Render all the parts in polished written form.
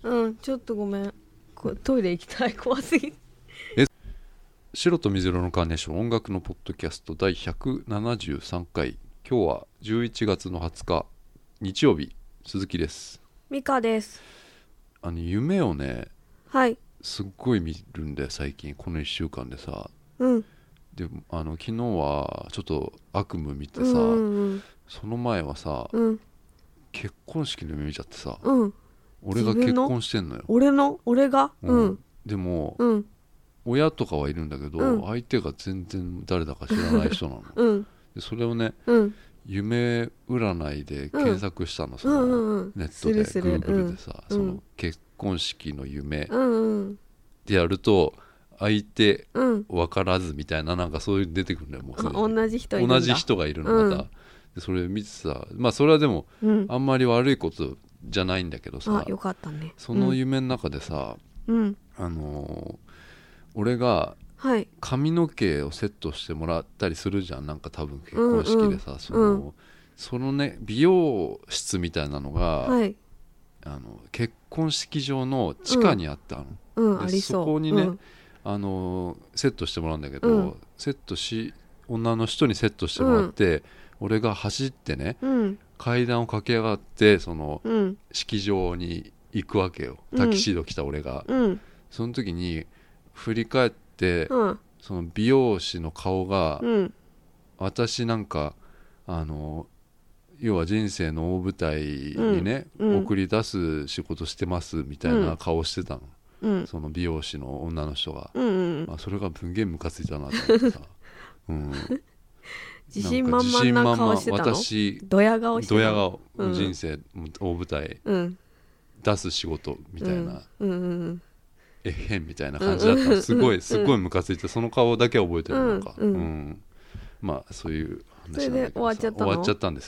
うん、ちょっとごめん。トイレ行きたい。怖すぎ。 白と水色のカーネーション音楽のポッドキャスト第173回。今日は11月の20日日曜日。鈴木です。 ミカです。 夢をね、 はい。 すっごい見るんで最近この1週間でさ。 うん。 で昨日はちょっと悪夢見てさ、その前はさ、結婚式の夢見ちゃってさ、俺が結婚してんのよ。 俺が、 でも、親とかはいるんだけど、相手が全然誰だか知らない人なの、でそれをね、夢占いで検索したの、そのネットで Google でさ、その結婚式の夢ってやると相手分からずみたいな、なんかそういう出てくるんだよ。もう同じ人いるんだ。 同じ人がいるのまた、でそれ見てさ、まあそれはでも、あんまり悪いことじゃないんだけどさ、 よかったね。 その夢の中でさ、俺が髪の毛をセットしてもらったりするじゃん、なんか多分結婚式でさ、そのね美容室みたいなのが、結婚式場の地下にあったの、でそこにね、セットしてもらうんだけど、女の人にセットしてもらって、俺が走ってね、階段を駆け上がってその、式場に行くわけよ。タキシード着た俺が、その時に振り返って、その美容師の顔が、私なんか要は人生の大舞台にね、送り出す仕事してますみたいな顔してたの、その美容師の女の人が、それが文芸ムカついたなと思ってさ、 自信満々な顔してたの。 私ドヤ顔してたの。 ドヤ顔、人生大舞台、出す仕事みたいな、えへんみたいな感じだった。すごいムカついて、その顔だけは覚えてる。なんか、まあそういう話なんだけどさ、終わっちゃったんです。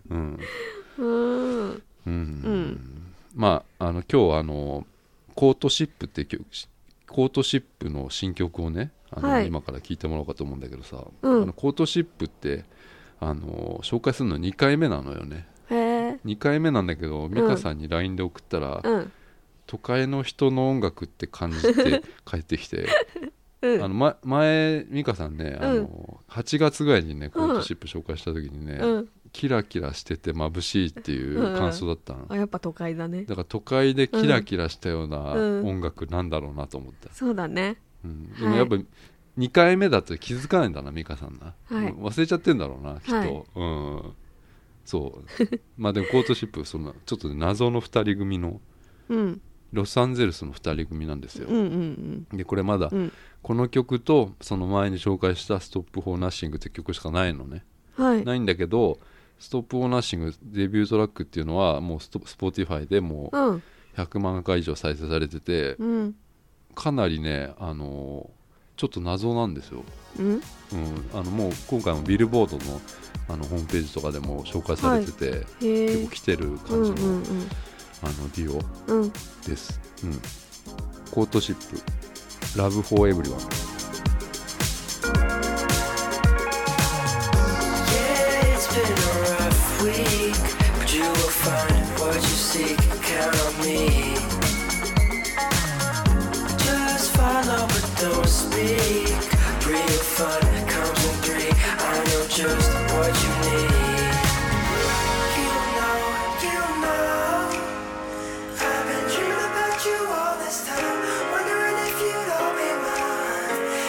まあ今日はコートシップって曲、コートシップの新曲をね、今から聴いてもらおうかと思うんだけどさ、コートシップって紹介するの2回目なのよね。2回目なんだけど、美香さんに LINE で送ったら、都会の人の音楽って感じて帰ってきて前美香さんね、8月ぐらいにねコートシップ紹介した時にね、キラキラしてて眩しいっていう感想だったの、 やっぱ都会だね。 だから都会でキラキラしたような音楽なんだろうなと思った、 そうだね、 でもやっぱ2回目だと気づかないんだな美香さんな、忘れちゃってんだろうなきっと、そうまあでもコートシップそのちょっと、ね、謎の2人組の、ロサンゼルスの2人組なんですよ、でこれまだ、この曲とその前に紹介した「ストップ・フォー・ナッシング」って曲しかないのね、ないんだけど、ストップ・フォー・ナッシングデビュートラックっていうのはもうスポティファイでもう100万回以上再生されてて、かなりねちょっと謎なんですよ、もう今回もビルボードのホームページとかでも紹介されてて、結構来てる感じの、デュオです、コートシップLove for Everyone。 Yeah, it's been a rough week, but you will find what you seek, count on me. Just follow but don't speak. Real fun comes in three. I know just what you need. You know I've been dreaming about you all this time, wondering if you'd all be mine.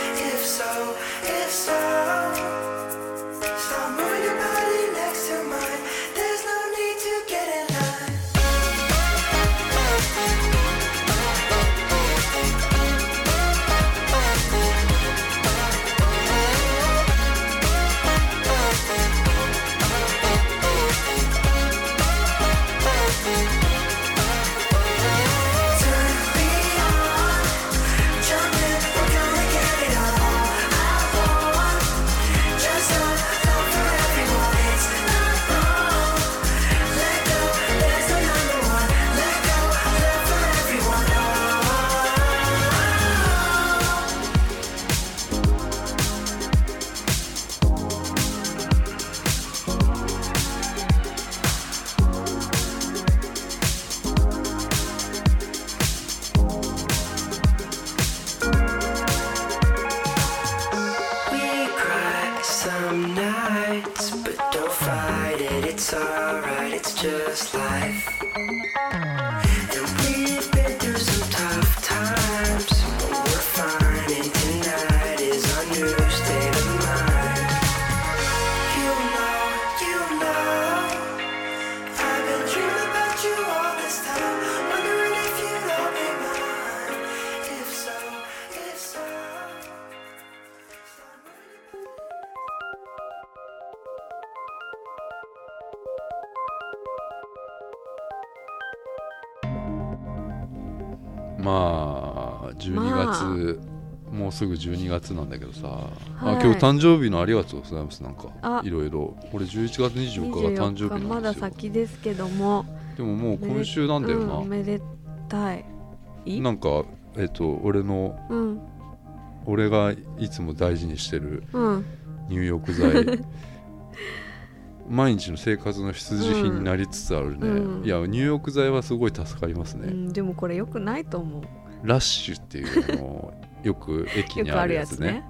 まあ12月、もうすぐ12月なんだけどさ、 はい、 今日誕生日のありがとうございます。なんかいろいろ俺11月24日が誕生日なんですよ。 まだ先ですけども、 でももう今週なんだよな、 おめでたい。 なんか俺の、俺がいつも大事にしてる入浴剤、毎日の生活の必需品になりつつあるね、いや入浴剤はすごい助かりますね、 でもこれ良くないと思う。 ラッシュっていうよく駅にあるやつね。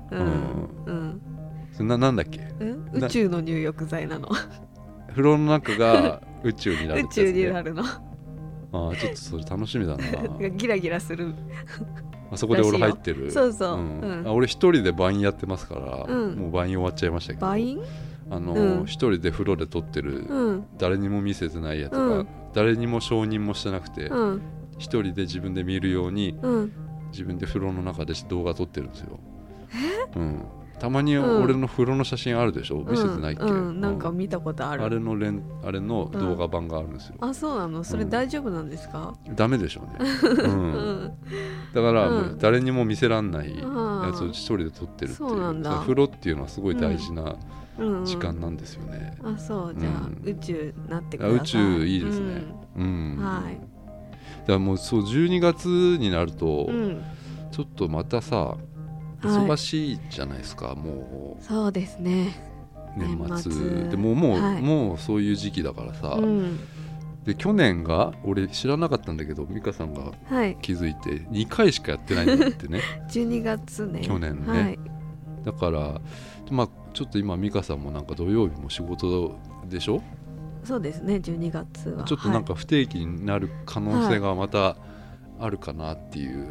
なんだっけ、 宇宙の入浴剤なの。 風呂の中が宇宙になるってやつ、ね、 宇宙になるの。 ちょっとそれ楽しみだな。 ギラギラする。 あそこで俺入ってる。 そうそう、 俺一人でバインやってますから、もうバイン終わっちゃいましたけど。 バイン一人で風呂で撮ってる、誰にも見せてないやつが、誰にも承認もしてなくて、一人で自分で見るように、自分で風呂の中で動画撮ってるんですよ。たまに俺の風呂の写真あるでしょ、見せてないっけ、 なんか見たことある。 あれの動画版があるんですよ。 あ、そうなの。それ大丈夫なんですか？ ダメでしょうね。だからもう誰にも見せらんないやつを一人で撮ってるっていう。 そうなんだ。 風呂っていうのはすごい大事な時間なんですよね。 あ、そうじゃあ宇宙になってください。 宇宙いいですね。はい。だからもうそう12月になるとちょっとまたさ忙しいじゃないですか、もう。 そうですね。 年末でもうそういう時期だからさ、で去年が俺知らなかったんだけど、美香さんが気づいて2回しかやってないんだってね。 12月ね、 去年ね、だからまあちょっと今美香さんもなんか土曜日も仕事でしょ。 そうですね、12月はちょっとなんか不定期になる可能性がまたあるかなっていう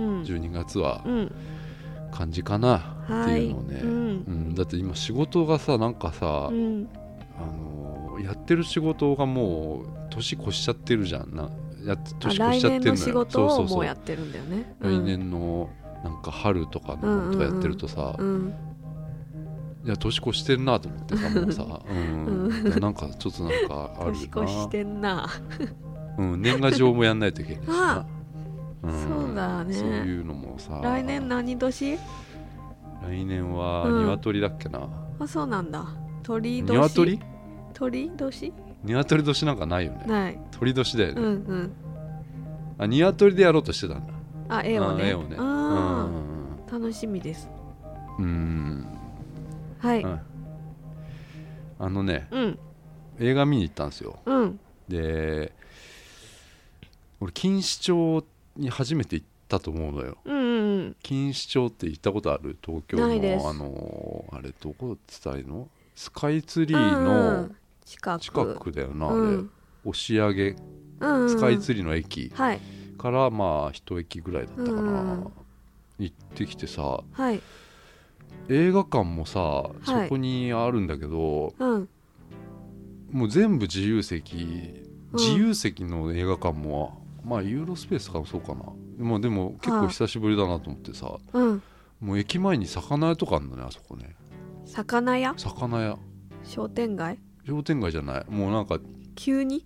12月は感じかなっていうのね、だって今仕事がさ、なんかさ、やってる仕事がもう年越しちゃってるじゃんな。年越しちゃってるのよ。 来年の仕事をもうやってるんだよね。 来年のなんか春とかのとかやってるとさ、いや年越してるなと思ってさ、もうさ、なんかちょっとなんかあるな。 年越してんな。 年賀状もやんないといけないしな。 そうだね。 そういうのもさ。 来年何年？ 来年は鶏だっけな。 あ、そうなんだ。鳥年。 鶏？ 鳥年？ 鶏年なんかないよね。 ない。 鳥年だよね。あ、鶏でやろうとしてたんだ。 あ、絵をね。 絵をね。 楽しみです。 はい。映画見に行ったんですよ。で、俺錦糸町に初めて行ったと思うのよ。錦糸町って行ったことある？東京のあれどこって言ったらいいの？スカイツリーの近くだよな、あれ。押上スカイツリーの駅からまあ一駅ぐらいだったかな。行ってきてさ。映画館もさ、そこにあるんだけど、もう全部自由席の映画館も、まあユーロスペースかもそうかな。でも結構久しぶりだなと思ってさ、もう駅前に魚屋とかあるんだね、あそこね。 魚屋商店街じゃない、もうなんか急に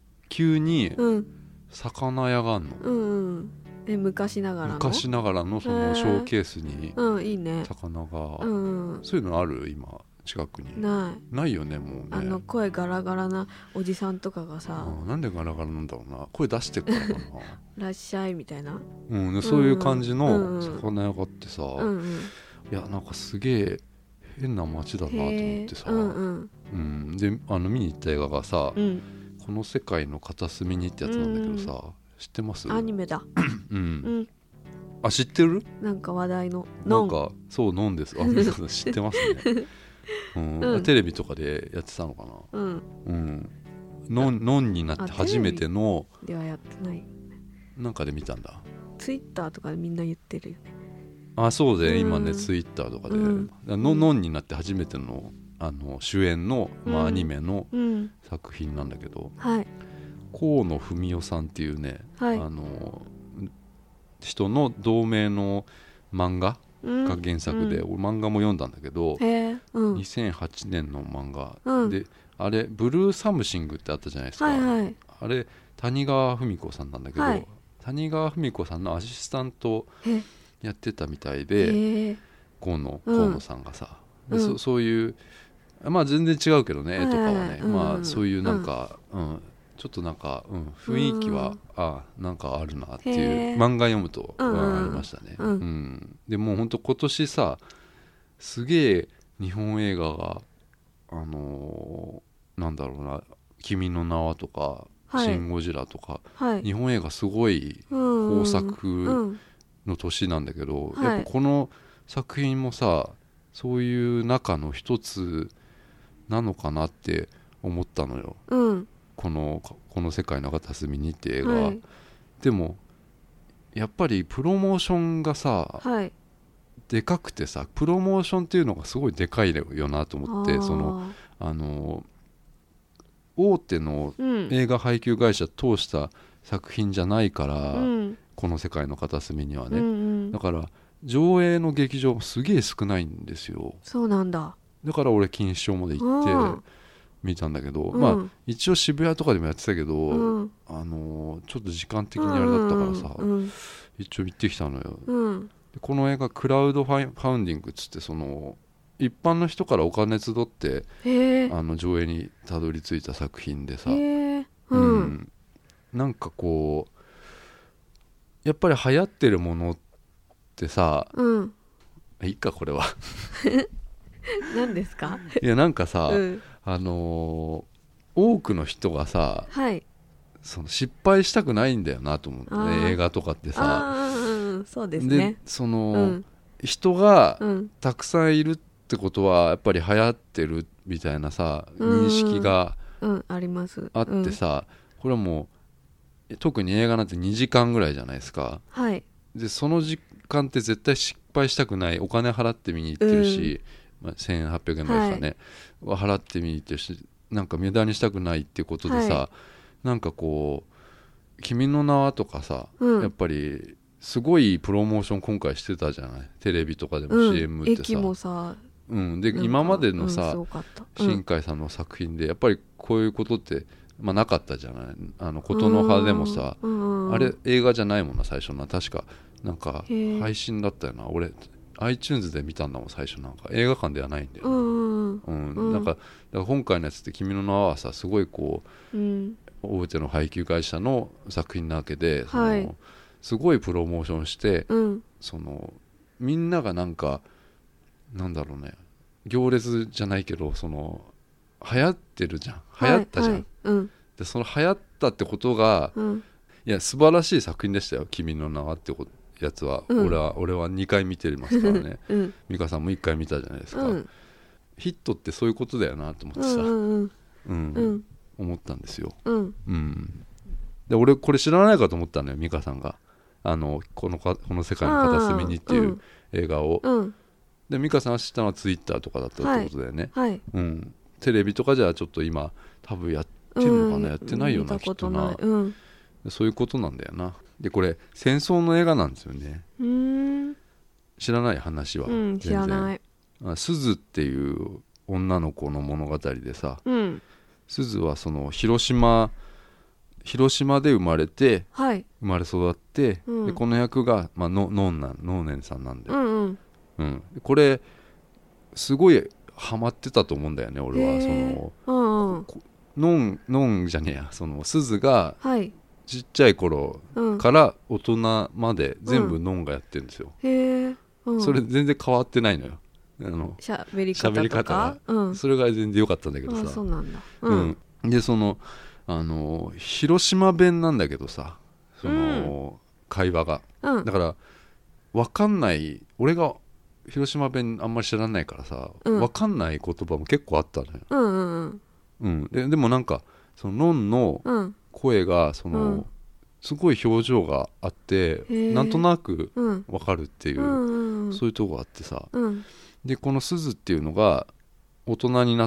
魚屋があんの。 昔ながらのそのショーケースに魚が、そういうのある？今近くにないよね、もうね。 声ガラガラなおじさんとかがさ、 なんでガラガラなんだろうな、声出してるからかな。 らっしゃいみたいな、 そういう感じの魚屋があってさ、いやなんかすげえ変な街だなと思ってさ、で見に行った映画がさ、この世界の片隅にってやつなんだけどさ、知ってます？ アニメだ。 あ、知ってる？ なんか話題のなんかそうノンです。あ、皆さん知ってますね。テレビとかでやってたのかな。ノンになって初めてのではやってない。 なんかで見たんだ。 ツイッターとかでみんな言ってるよね。 あ、そうで、今ねツイッターとかでノンになって初めての主演のアニメの作品なんだけど。河野文雄さんっていうね、人の同名の漫画が原作で、俺漫画も読んだんだけど、2008年の漫画で、あれブルーサムシングってあったじゃないですか。あれ谷川文子さんなんだけど、 谷川文子さんのアシスタントやってたみたいで、河野さんがさ、そういうまあ全然違うけどね、絵とかはね、まあそういうなんか、ちょっとなんか、雰囲気は、なんかあるなっていう漫画読むと、ありましたね。でもうほんと今年さ、すげえ日本映画がなんだろうな、君の名はとか、シン・ゴジラとか、日本映画すごい豊作の年なんだけど、やっぱこの作品もさ、そういう中の一つなのかなって思ったのよ、この世界の片隅にって映画は、でもやっぱりプロモーションがさ、でかくてさ、プロモーションっていうのがすごいでかいよなと思って、その大手の映画配給会社通した作品じゃないから、この世界の片隅にはね、だから上映の劇場すげえ少ないんですよ。 そうなんだ。 だから俺錦糸町まで行って見たんだけど、まあ一応渋谷とかでもやってたけど、ちょっと時間的にあれだったからさ、一応行ってきたのよ。でこの映画クラウドファウンディングっつって、その一般の人からお金集って上映にたどり着いた作品でさ、なんかこうやっぱり流行ってるものってさ、いいかこれは何ですか？ いやなんかさ、多くの人がさ、その失敗したくないんだよなと思ってね、映画とかってさ。 そうですね。 でその、人がたくさんいるってことはやっぱり流行ってるみたいなさ、認識があります。 あってさ、これはもう特に映画なんて2時間ぐらいじゃないですか。でその時間って絶対失敗したくない、お金払って見に行ってるし、1800円ぐらいですかね、払って見に行ってるし、なんか無駄にしたくないっていうことでさ、なんかこう君の名はとかさ、やっぱりすごいプロモーション今回してたじゃない、テレビとかでも CM ってさ、 駅もさ、 で今までのさ、新海さんの作品でやっぱりこういうことって、なかったじゃない。琴の葉でもさ、あれ映画じゃないもんな最初な、確かなんか配信だったよな。俺 iTunes で見たんだもん最初、なんか映画館ではないんだよ、なんかだから今回のやつって君の名はさ、すごいこう、大手の配給会社の作品なわけで、すごいプロモーションして、そのみんながなんかなんだろうね、行列じゃないけど、その流行ってるじゃん、流行ったじゃん、でその流行ったってことが、いや素晴らしい作品でしたよ、君の名はってやつは、俺は2回見てますからね、美香さんも1回見たじゃないですか、ヒットってそういうことだよなと思ってさ、思ったんですよ、で俺これ知らないかと思ったのよ、美香さんがこの世界の片隅にっていう映画を、で美香さんが知ったのはツイッターとかだったってことだよね、テレビとかじゃちょっと今多分やってるのかな、やってないよな、きっとな、そういうことなんだよな。でこれ戦争の映画なんですよね。知らない話は、 知らない。 鈴っていう女の子の物語でさ、鈴はその広島で生まれて、生まれ育って、でこの役が、能年さんなんだよ、これすごいハマってたと思うんだよね、俺は。そのノンじゃねえや、その鈴がちっちゃい頃から大人まで全部ノンがやってるんですよ、それ全然変わってないのよ、 喋り方とか、 それが全然良かったんだけどさ、 そうなんだ、 でその広島弁なんだけどさ、その会話が、だから分かんない、俺が広島弁あんまり知らないからさ、分かんない言葉も結構あったのよ、でもなんかそのノンの声がその、すごい表情があって、なんとなく分かるっていう、そういうとこがあってさ、でこの鈴っていうのが大人になって、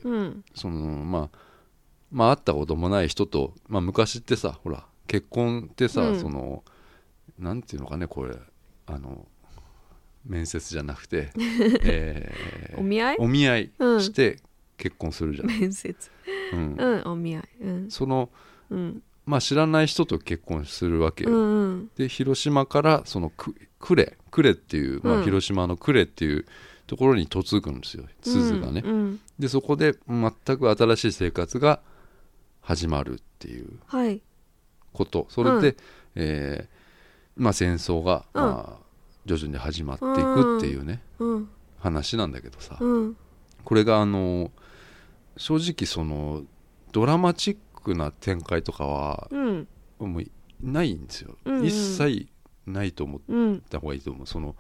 その会ったこともない人と、昔ってさ、ほら結婚ってさ、そのなんていうのかね、これ面接じゃなくて、 お見合いして結婚するじゃん、 面接、お見合い、 その、 まあ知らない人と結婚するわけよ、 うんうん、 で広島からその呉っていう、まあ、広島の呉っていうところに嫁ぐんですよ、鈴がね、 うんうん、 でそこで全く新しい生活が始まるっていうこと、はい、それで、まあ、戦争が、まあ、徐々に始まっていくっていうね、話なんだけどさ、これが正直そのドラマチックな展開とかは、もうないんですよ、一切ないと思った方がいいと思う。その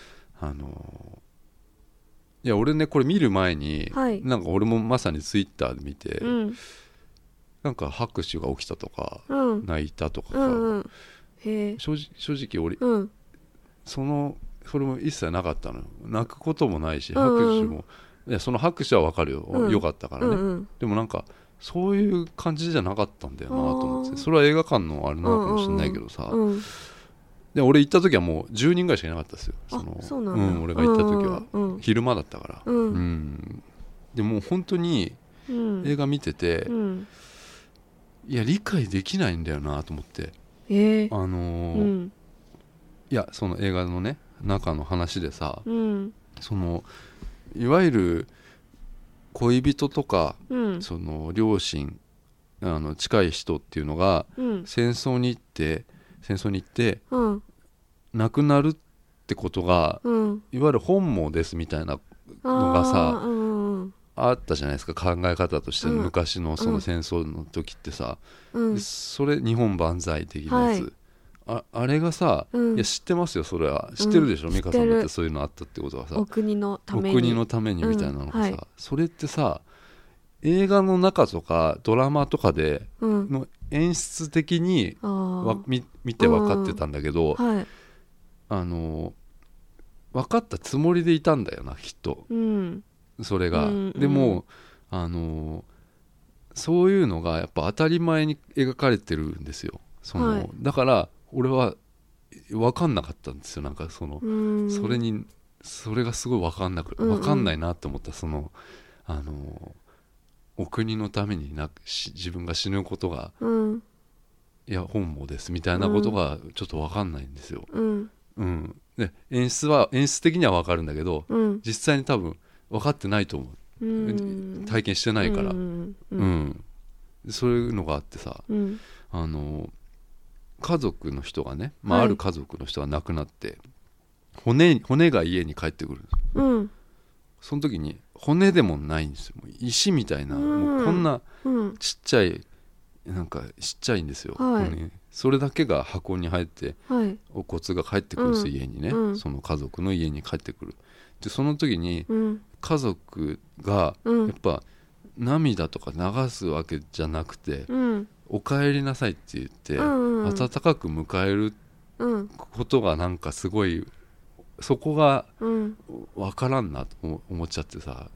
いや俺ねこれ見る前に、はい、なんか俺もまさにツイッターで見て、なんか拍手が起きたとか、泣いたとか、正直俺、それも一切なかったのよ。泣くこともないし拍手も、いやその拍手は分かるよ、よかったからね、でもなんかそういう感じじゃなかったんだよなと思って、それは映画館のあれなのかもしれないけどさ、で俺行った時はもう10人ぐらいしかいなかったですよ。 そうなんだ、 俺が行った時は、昼間だったから、でも本当に映画見てて、いや理解できないんだよなと思って、いやその映画のね中の話でさ、そのいわゆる恋人とか、その両親近い人っていうのが、戦争に行って亡くなるってことが、いわゆる本望ですみたいなのがさ、あったじゃないですか、考え方として、昔のその戦争の時ってさ、それ日本万歳的なやつ、あれがさ、いや知ってますよ、それは知ってるでしょ、美香さんだってそういうのあったってことはさ、 お国のためにみたいなのがさ、それってさ映画の中とかドラマとかでの演出的に見て分かってたんだけど、分かったつもりでいたんだよなきっと、それが、でもそういうのがやっぱ当たり前に描かれてるんですよ。だから俺は分かんなかったんですよ。なんかそれがすごい分かんないなって思った。お国のために自分が死ぬことが、いや本望ですみたいなことがちょっと分かんないんですよ、で演出的には分かるんだけど、実際に多分分かってないと思う、体験してないから、そういうのがあってさ、家族の人がね、ある家族の人が亡くなって骨が家に帰ってくるんです、その時に骨でもないんですよ、もう石みたいな、もうこんなちっちゃいんですよ、それだけが箱に入って、お骨が帰ってくるんです、家にね、その家族の家に帰ってくる。でその時に、家族がやっぱ涙とか流すわけじゃなくて、お帰りなさいって言って、温かく迎えることがなんかすごい、そこが分からんなと思っちゃってさ、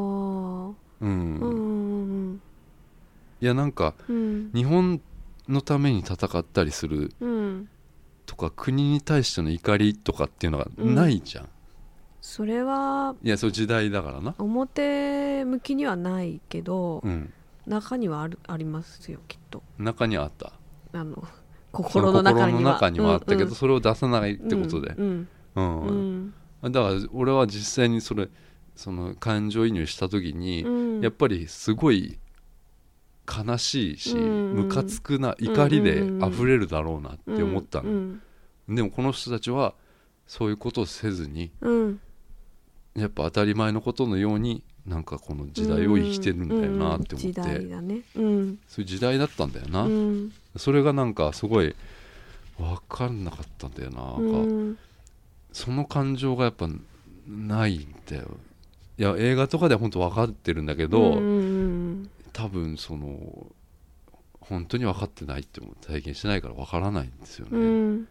いやなんか、日本のために戦ったりするとか、国に対しての怒りとかっていうのがないじゃん、 それはいやそういう時代だからな、 表向きにはないけど、中にはありますよきっと。 中にはあった、 心の中にはあったけど、それを出さないってことで、だから俺は実際にその感情移入した時に、やっぱりすごい悲しいし、ムカつくな、怒りで溢れるだろうなって思ったの、でもこの人たちはそういうことをせずに、やっぱ当たり前のことのようになんかこの時代を生きてるんだよなって思って、 時代だね、 そういう時代だったんだよな、それがなんかすごい分かんなかったんだよな、なんかその感情がやっぱないんだよ。いや映画とかでは本当分かってるんだけど、多分本当に分かってないって体験してないから分からないんですよね。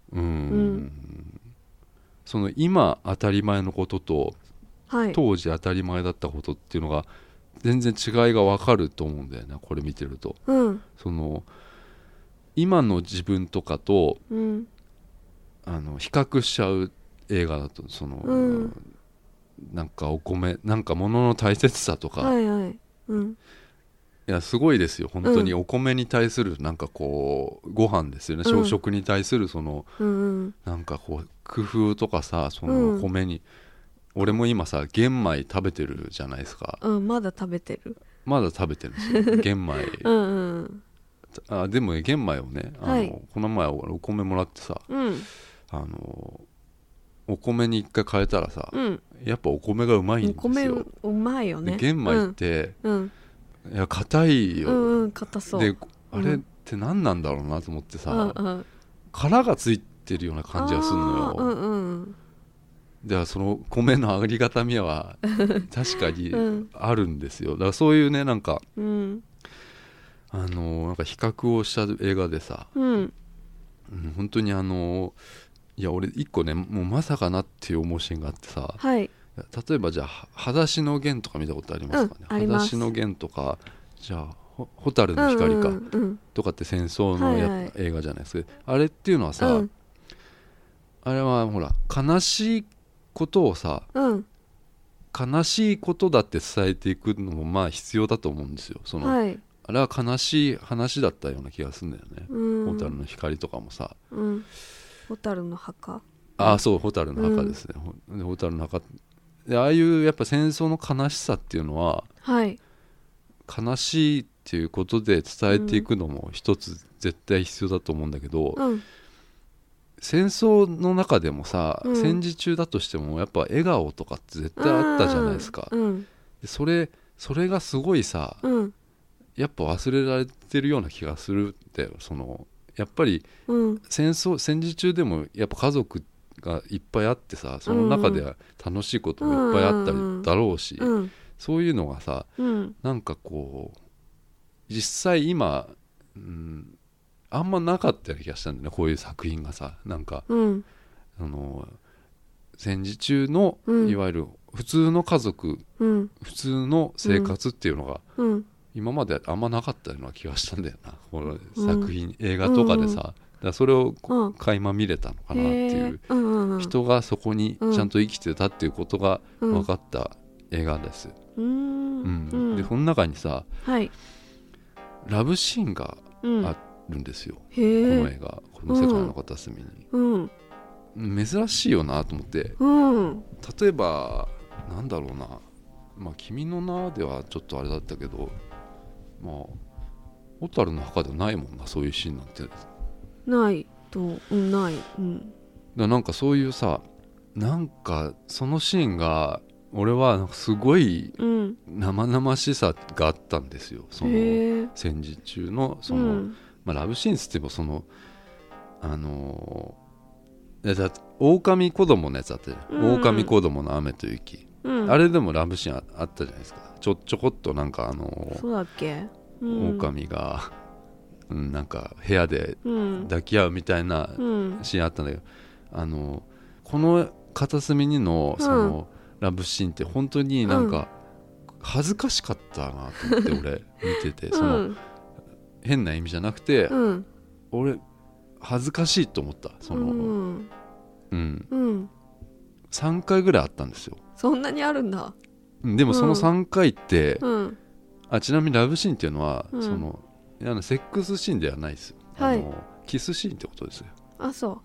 その今当たり前のことと、当時当たり前だったことっていうのが全然違いが分かると思うんだよね、これ見てると、その今の自分とかと、比較しちゃう映画だと、なんかなんか物の大切さとか、 いやすごいですよ本当に。お米に対するなんかこうご飯ですよね、朝食に対するその、なんかこう工夫とかさ、その米に、俺も今さ玄米食べてるじゃないですか。 まだ食べてるんですよ玄米でも玄米をねこの前お米もらってさ、お米に一回変えたらさ、やっぱお米がうまいんですよ。お米うまいよね。 玄米って、いや硬いよ、 硬そうであれって何なんだろうなと思ってさ、殻がついてるような感じがするのよ。でその米のありがたみは確かにあるんですよ。だからそういうねなんか、なんか比較をした映画でさ、本当にいや俺一個ねもうまさかなっていう思うシーンがあってさ、例えばじゃあ裸足の弦とか見たことありますかね。裸足の弦とかじゃあ蛍の光か、とかって戦争の映画じゃないですか。あれっていうのはさ、あれはほら悲しいことをさ、悲しいことだって伝えていくのもまあ必要だと思うんですよ。その、あれは悲しい話だったような気がするんだよね。蛍の光とかもさ、 蛍の墓、 そう蛍の墓ですね。蛍の墓でああいうやっぱ戦争の悲しさっていうのは、悲しいっていうことで伝えていくのも一つ絶対必要だと思うんだけど、戦争の中でもさ、戦時中だとしてもやっぱ笑顔とかって絶対あったじゃないですか。でそれがすごいさ、やっぱ忘れられてるような気がするんだよ。そのやっぱり戦時中でもやっぱ家族がいっぱいあってさ、その中では楽しいこともいっぱいあったりだろうし、そういうのがさ、なんかこう実際今、あんまなかったような気がしたんだよね、こういう作品がさ。なんか、戦時中の、いわゆる普通の家族、普通の生活っていうのが、今まであんまなかったような気がしたんだよな、この作品、映画とかでさ。だからそれを垣間見れたのかなっていう、人がそこにちゃんと生きてたっていうことが分かった映画です。でその中にさ、ラブシーンがあるんですよ、この映画、この世界の片隅に。珍しいよなと思って、例えばなんだろうな、まあ君の名ではちょっとあれだったけど、まあ蛍の墓ではないもんな、そういうシーンなんて。ないと、ない、だなんかそういうさ、なんかそのシーンが俺はなんかすごい生々しさがあったんですよ。その戦時中のその、ラブシーンっつってもその狼子供のやつあったじゃん、狼子供の雨と雪、あれでもラブシーン あったじゃないですか。ちょこっとなんかそうだっけ、 狼が、なんか部屋で抱き合うみたいなシーンあったんだけど、この片隅にのそのラブシーンって本当になんか恥ずかしかったなと思って俺見てて、その変な意味じゃなくて、俺恥ずかしいと思った。その3回ぐらいあったんですよ。そんなにあるんだ。でもその3回って、ちなみにラブシーンっていうのは、そのセックスシーンではないです。キスシーンってことですよ。そう、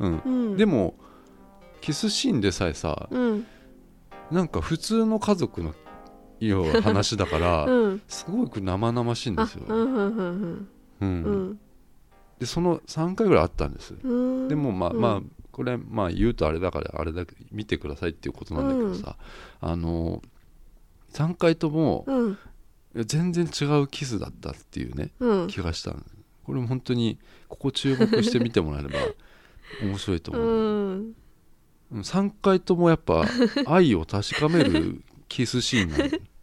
でもキスシーンでさえさ、なんか普通の家族のような話だから、すごく生々しいんですよ。でその3回ぐらいあったんです。でもまあこれ言うとあれだからあれだけ見てくださいっていうことなんだけどさ、3回とも、全然違うキスだったっていうね、気がしたの。これも本当にここ注目して見てもらえれば面白いと思う。3回ともやっぱ愛を確かめるキスシーン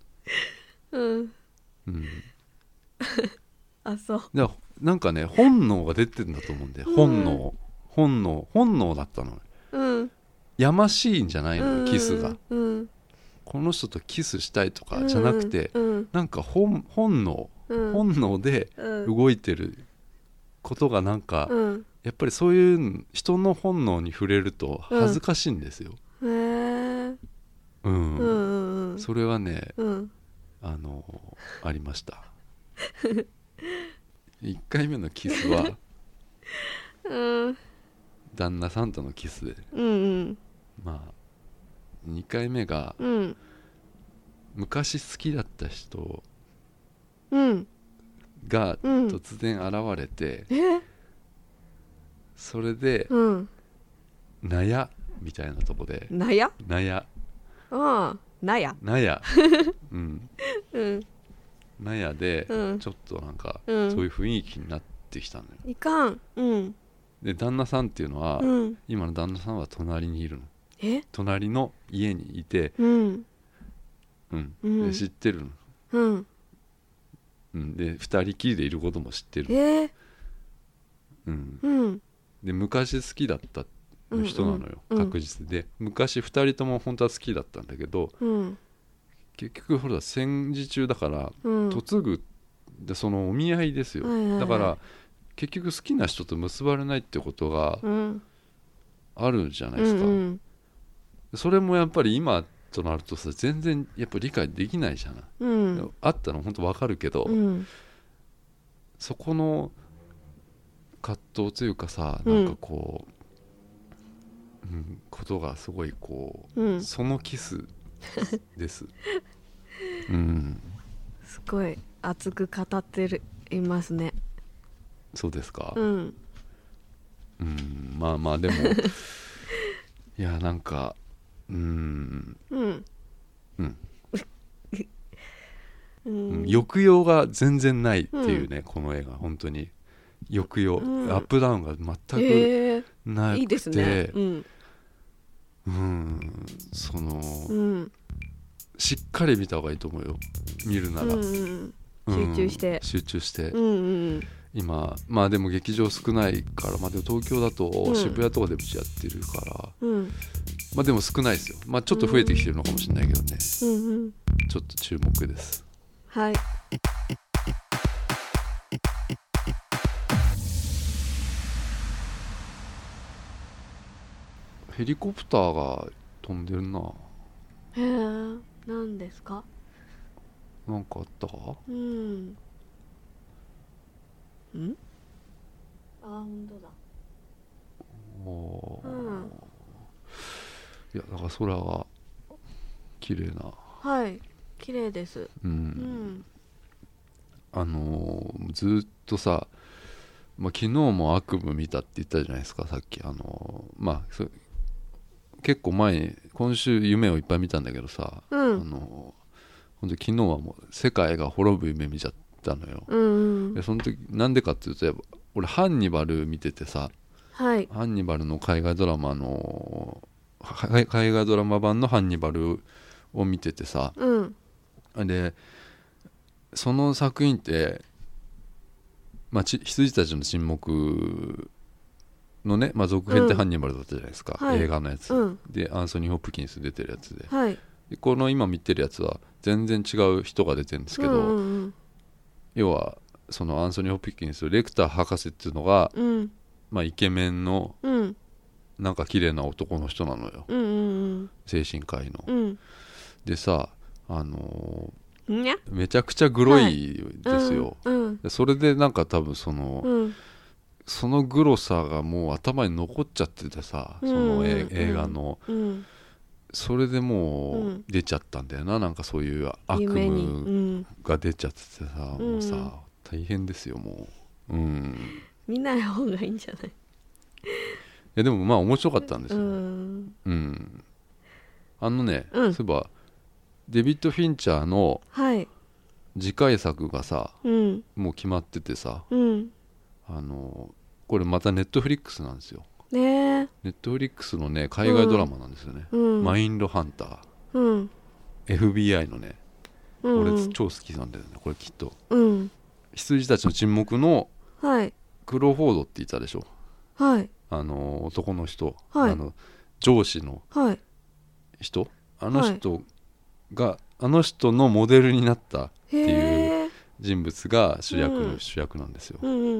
なの。そう。なんかね、本能が出てるんだと思うんで、本能だったの。やましいんじゃないの、キスが。この人とキスしたいとかじゃなくて、なんか本能で動いてることがなんか、やっぱりそういう人の本能に触れると恥ずかしいんですよ。それはね、ありました。 1回目のキスはうん、 旦那さんとのキスで、 うんうん、 まあ2回目が、 うん、 昔好きだった人うんが突然現れて、それで、 うん、 納屋みたいなとこで納屋、 納屋、 納屋、 納屋うん、 うん、 納屋で、 うん、 ちょっとなんか、 うん、 そういう雰囲気になってきたのよ。 いかん、うん、 で旦那さんっていうのは、 うん、 今の旦那さんは隣にいるの。 え、 隣の家にいて、 うん、 うんうん、 で知ってるの、 うんうん、で2人きりでいることも知ってる、うんうん、 で昔好きだった人なのよ、 うんうん、 確実で昔2人とも本当は好きだったんだけど、 うん、 結局ほら戦時中だから、 うん、 嫁ぐでそのお見合いですよ、 はいはいはい、 だから結局好きな人と結ばれないってことがあるじゃないですか、 うんうん、 それもやっぱり今となるとさ全然やっぱ理解できないじゃない、 うん、 あったの本当わかるけど、 うん、 そこの葛藤というかさ、なんかこう、うん、ことがすごいこう、 うん、 そのキスですうん、 すごい熱く語っていますね。 そうですか、 うん、 うん、まあまあでもいやなんかうんうんうんうん、 抑揚が全然ないっていうね、この映画本当に抑揚、アップダウンが全くなくて、 いいですね、 その、しっかり見た方がいいと思うよ、見るなら、集中して、今まあでも劇場少ないから、まあ、でも東京だと渋谷とかでもやってるから、まあでも少ないですよ、まあちょっと増えてきてるのかもしれないけどね、ちょっと注目です。 はい。 ヘリコプターが飛んでるな。 へえ、何ですか？ なんかあったか？ うん。ん？あ、本当だ。 おー、いやだから空が綺麗な。 はい、綺麗です。 ずっとさ、まあ、昨日も悪夢見たって言ったじゃないですかさっき。まあ結構前に今週夢をいっぱい見たんだけどさ、本当昨日はもう世界が滅ぶ夢見ちゃったのよ、でその時なんでかっていうと、やっぱ俺ハンニバル見ててさ、 はい、 ハンニバルの海外ドラマ版のハンニバルを見ててさ、でその作品って、まあ、羊たちの沈黙のね、まあ、続編ってハンニバルだったじゃないですか、映画のやつ、でアンソニー・ホプキンス出てるやつ でこの今見てるやつは全然違う人が出てるんですけど、要はそのアンソニー・ホプキンスレクター博士っていうのが、まあ、イケメンの、なんか綺麗な男の人なのよ、精神科医の、でさめちゃくちゃグロいですよ、それでなんか多分そのグロさがもう頭に残っちゃっててさ、その映画の、それでもう出ちゃったんだよな、なんかそういう悪夢が出ちゃっててさ、もうさ大変ですよもう、 見ない方がいいんじゃない？いやでもまあ面白かったんですよ、そういえばデビッド・フィンチャーの次回作がさ、もう決まっててさ、これまたネットフリックスなんですよ、ネットフリックスのね海外ドラマなんですよね、マインドハンター、FBI のね、俺超好きなんだよねこれきっと、羊たちの沈黙のクロフォードって言ったでしょ、男の人、上司の人、あの人があの人のモデルになったっていう人物が主役なんですよ、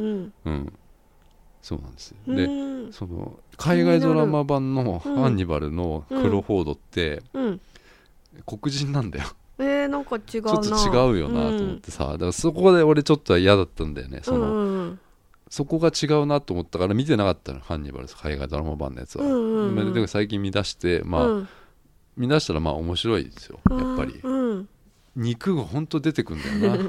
そうなんですよ。でその海外ドラマ版のハンニバルのクロフォードって、黒人なんだよなんか違うな、 ちょっと違うよなと思ってさ、だからそこで俺ちょっと嫌だったんだよね。そこが違うなと思ったから見てなかったの、ハンニバル海外ドラマ版のやつは。で最近見出して、見出したら面白いですよやっぱり。肉がほんと出てくんだよな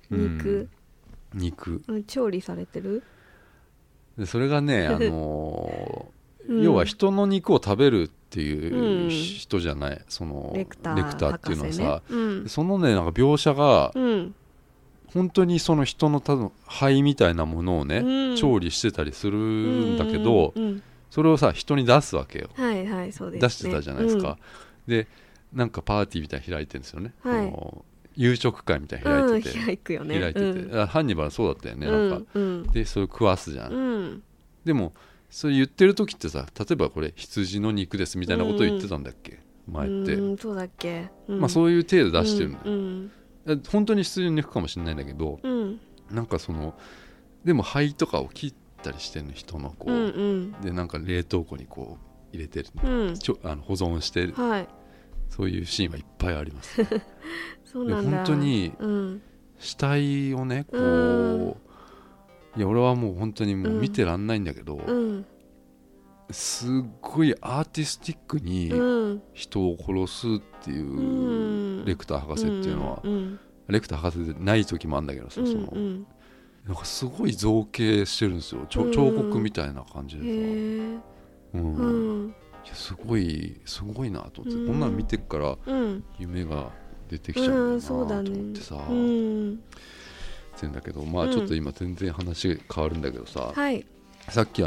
肉、 調理されてる。 でそれがね要は人の肉を食べるっていう人じゃない、そのレクターっていうのはさ、そのねなんか描写が、本当にその人の多分肺みたいなものをね、調理してたりするんだけど、それをさ人に出すわけよ、 そうですね、 出してたじゃないですか、でなんかパーティーみたいに開いてるんですよね、夕食会みたいに開いてて、開いてて、ハンニバルそうだったよね、なんか、でそれ食わすじゃん、でもそれ言ってる時ってさ、例えばこれ羊の肉ですみたいなことを言ってたんだっけ、前って。 そうだっけ、 そういう程度出してるんだよ、本当に羊の肉かもしれないんだけど、なんかそのでも肺とかを切ったりしてるの、人のこう、でなんか冷凍庫にこう入れてる、保存してる、そういうシーンはいっぱいあります、 そうなんだ。 本当に死体をねこう、いや俺はもう本当にもう見てらんないんだけど、すっごいアーティスティックに人を殺すっていう、レクター博士っていうのは、レクター博士でない時もあるんだけどさ、なんかすごい造形してるんですよ、彫刻みたいな感じでさ、いやすごいなと思って、こんなの見てっから夢が出てきちゃうんだなと思ってさ、ってんだけど、ちょっと今全然話変わるんだけどさ、さっき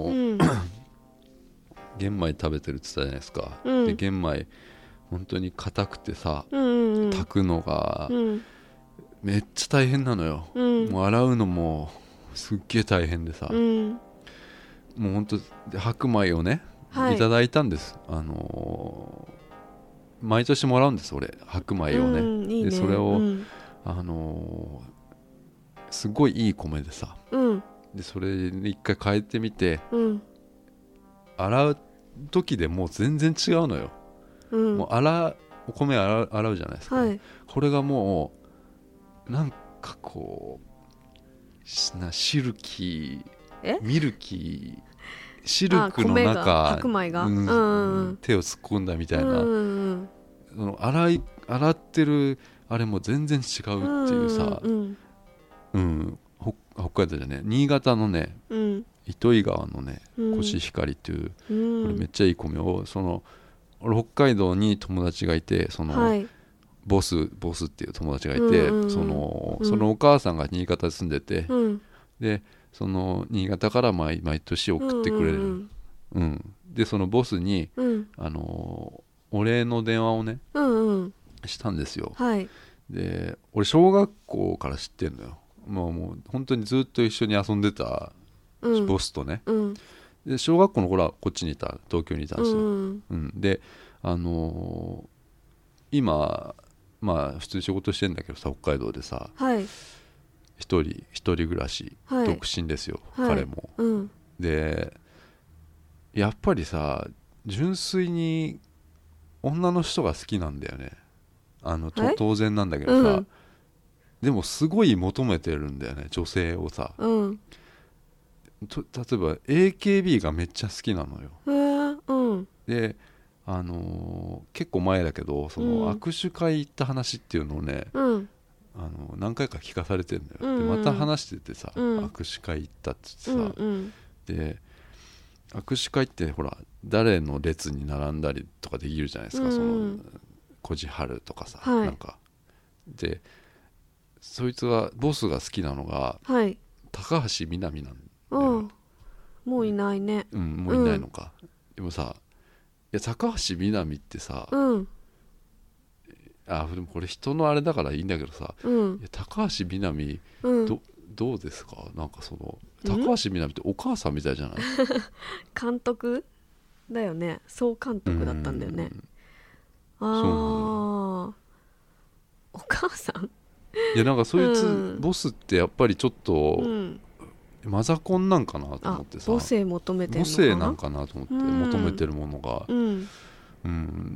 玄米食べてるって言ったじゃないですか、で玄米本当に硬くてさ、炊くのがめっちゃ大変なのよ、もう洗うのもすっげえ大変でさ、もう本当白米をね、いただいたんです、毎年もらうんです俺、白米をね、でそれを、すごいいい米でさ、でそれで一回変えてみて、洗う時でもう全然違うのよ、もうお米洗うじゃないですか、これがもうなんかこうシルキーミルキーシルクの中、 白米が、 手を突っ込んだみたいな、その洗ってるあれも全然違うっていうさ、北海道じゃね、新潟のね、糸魚川のね、コシヒカリっていう、これめっちゃいい米を、俺北海道に友達がいて、ボスっていう友達がいて、そのお母さんが新潟に住んでて、でその新潟から毎年送ってくれる、でそのボスに、お礼の電話をね、したんですよ、で俺小学校から知ってるのよ、もう本当にずっと一緒に遊んでた、ボスとね、で小学校の頃はこっちにいた、東京にいたんですよ、で今普通に仕事してんだけどさ、北海道でさ、一人暮らし、独身ですよ、彼も、でやっぱりさ、純粋に女の人が好きなんだよね、当然なんだけどさ、でもすごい求めてるんだよね、女性をさ、例えば AKB がめっちゃ好きなのよ、で結構前だけど、その握手会行った話っていうのをね、何回か聞かされてるんだよ、でまた話しててさ、握手会行ったって言ってさ、で握手会ってほら誰の列に並んだりとかできるじゃないですか、そのこじはるとかさ、なんかでそいつがボスが好きなのが、高橋みなみなんだよ、 もういないね、 もういないのか、でもさ、いや高橋みなみってさ、でもこれ人のあれだからいいんだけどさ、いや高橋みなみ、どうですか、なんかその高橋みなみってお母さんみたいじゃない監督だよね、総監督だったんだよね、お母さん、 いやなんかそいつ、ボスってやっぱりちょっと、マザコンなんかなと思ってさ、 母性求めてるのかな、 母性なんかなと思って、求めてるものが、 うん、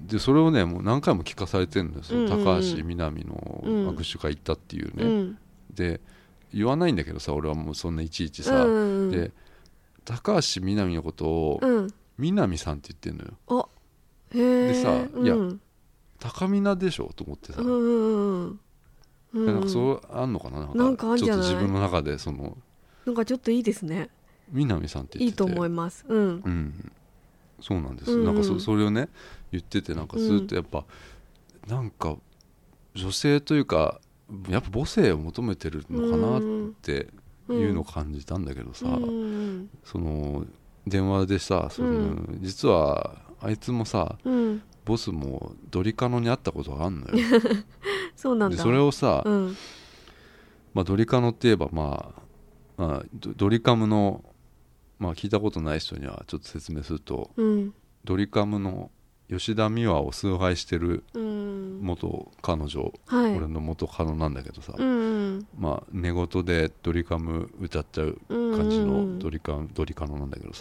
でそれをねもう何回も聞かされてるんですよ、高橋みなみの握手会行ったっていうね、で言わないんだけどさ俺はもうそんないちいちさ、で高橋みなみのことをみなみさんって言ってんのよ。でさ、いや高みなでしょと思ってさ、なんかそうあんのかな、なんかちょっと自分の中でそのなんかちょっといいですね、 みなみさんって言ってていいと思います。 そうなんです、なんかそれをね言ってて、なんかずっとやっぱ、なんか女性というかやっぱ母性を求めてるのかなっていうのを感じたんだけどさ、その電話でさ実はあいつもさ、ボスもドリカノに会ったことがあんのよそうなんだ。 でそれをさ、まあ、ドリカノって言えば、まあ、ドリカムの、まあ、聞いたことない人にはちょっと説明すると、ドリカムの吉田美和を崇拝してる元彼女、俺の元カノなんだけどさ、まあ、寝言でドリカム歌っちゃう感じのドリカノなんだけどさ、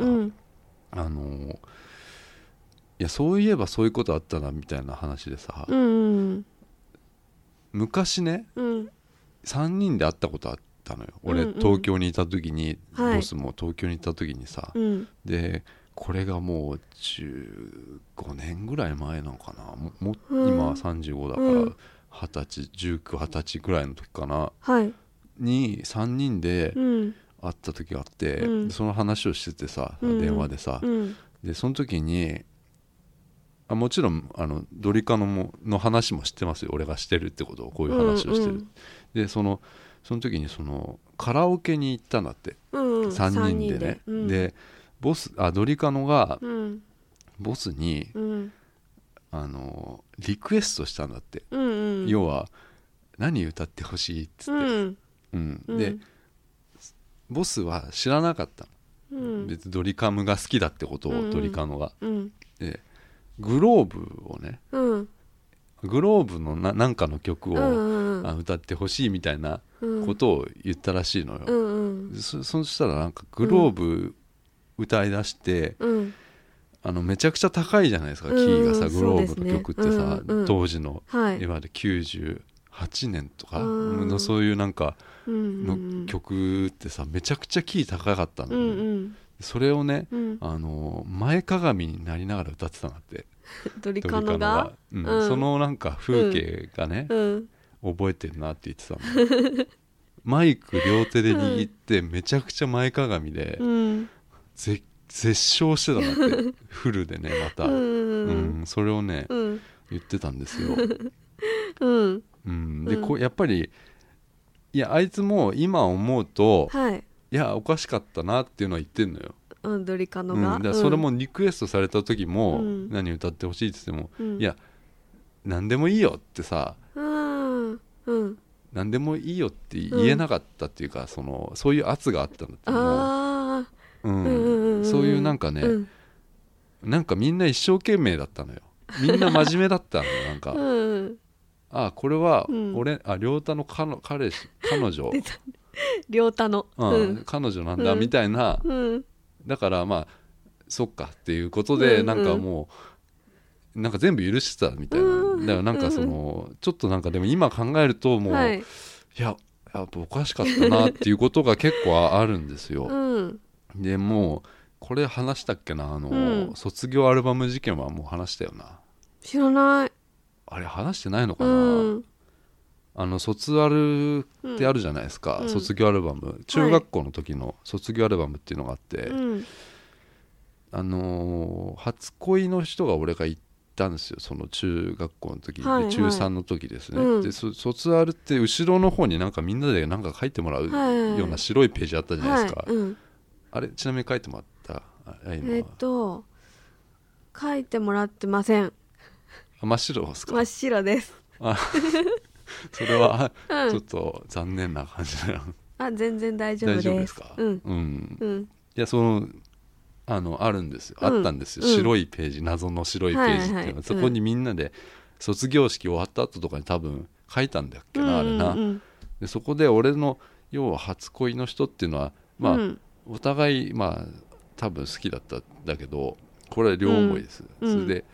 いやそういえばそういうことあったなみたいな話でさ、昔ね、3人で会ったことあったのよ俺、東京にいた時に、ボスも東京にいた時にさ、でこれがもう15年ぐらい前なのかな、今は35だから20歳19、20歳ぐらいの時かな、に3人で会った時があって、その話をしててさ、電話でさ、でその時にもちろんドリカノの話も知ってますよ、俺がしてるってことを、こういう話をしてる、でその時にカラオケに行ったんだって、3人でね、でドリカノがボスに、リクエストしたんだって、要は何歌ってほしいっつって、でボスは知らなかったの、別にドリカムが好きだってことを、ドリカノが、でグローブをね、グローブのなんかの曲を、歌ってほしいみたいなことを言ったらしいのよ、そしたらなんかグローブ歌い出して、めちゃくちゃ高いじゃないですか、キーがさ、グローブの曲ってさ、当時の、いわゆる98年とかのそういうなんかの曲ってさ、めちゃくちゃキー高かったのよ、それをね、前かがみになりながら歌ってたんだってドリカノが、 そのなんか風景がね、覚えてるなって言ってたのマイク両手で握って、めちゃくちゃ前かがみで、絶唱してたんだってフルでね、また、それをね、言ってたんですよ、でやっぱりいやあいつも今思うと、いやおかしかったなっていうのは言ってんのよ、 ドリカノが、 だからそれもリクエストされた時も、何歌ってほしいって言っても、いや何でもいいよってさ、何でもいいよって言えなかったっていうか、そういう圧があったんだって、そういうなんかね、なんかみんな一生懸命だったのよ、みんな真面目だったのよなんか、これは俺、亮太の彼女亮太の、 彼女なんだみたいな、だからまあそっかっていうことで、なんかもうなんか全部許してたみたいな、だからなんかちょっとなんかでも今考えるともう、いややっぱおかしかったなっていうことが結構あるんですよ、でもうこれ話したっけな、卒業アルバム事件はもう話したよな。 知らない。 あれ話してないのかな、卒アルってあるじゃないですか、卒業アルバム、中学校の時の卒業アルバムっていうのがあって、初恋の人が俺が行ったんですよ、その中学校の時で、中3の時ですね、で卒アルって後ろの方になんかみんなでなんか書いてもらうような白いページあったじゃないですか、あれちなみに書いてもらった？ 書いてもらってません。 真っ白ですか？ 真っ白です。 それはちょっと残念な感じだな。 全然大丈夫です。 大丈夫ですか？いやあるんですよ、あったんですよ、白いページ、謎の白いページっていうのは、そこにみんなで卒業式終わった後とかに多分書いたんだっけな、あれな。でそこで俺の要は初恋の人っていうのはまあ、お互いまあ多分好きだったんだけど、 これは両思いです、それで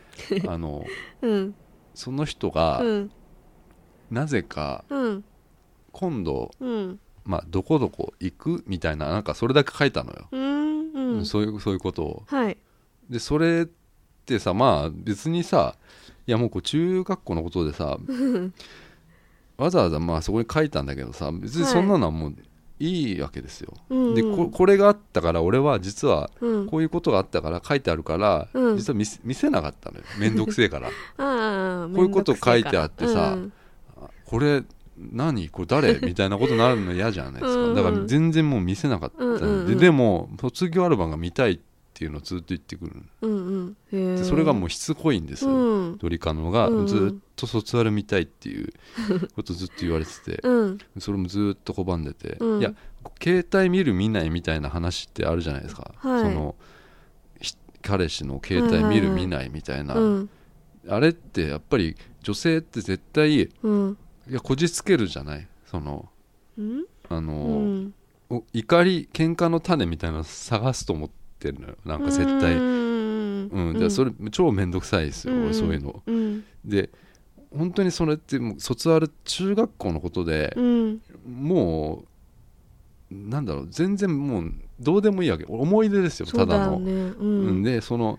その人がなぜか今度、どこどこ行くみたいな、なんかそれだけ書いたのよ、そういうことを、でそれってさ、別にさ、いやもうこう中学校のことでさわざわざそこに書いたんだけどさ、別にそんなのはもういいわけですよ、でこれがあったから俺は実はこういうことがあったから書いてあるから、実は見せなかったのよ、めんどくせえからこういうこと書いてあってさ、これ何これ誰みたいなことになるの嫌じゃないですか、だから全然もう見せなかったんで、でも卒業アルバムが見たいっていうのをずっと言ってくる、でそれがもうしつこいんですよ、ドリカノがずっと卒アル見たいっていうことをずっと言われてて、それもずっと拒んでて、いや携帯見る見ないみたいな話ってあるじゃないですか、その彼氏の携帯見る見ないみたいな、あれってやっぱり女性って絶対、いやこじつけるじゃない、その怒り喧嘩の種みたいなの探すと思ってるのよ、なんか絶対、じゃあそれ超めんどくさいですよ、俺そういうの、で本当にそれってもう卒アル中学校のことで、もうなんだろう、全然もうどうでもいいわけ、思い出ですよ、ただの、でその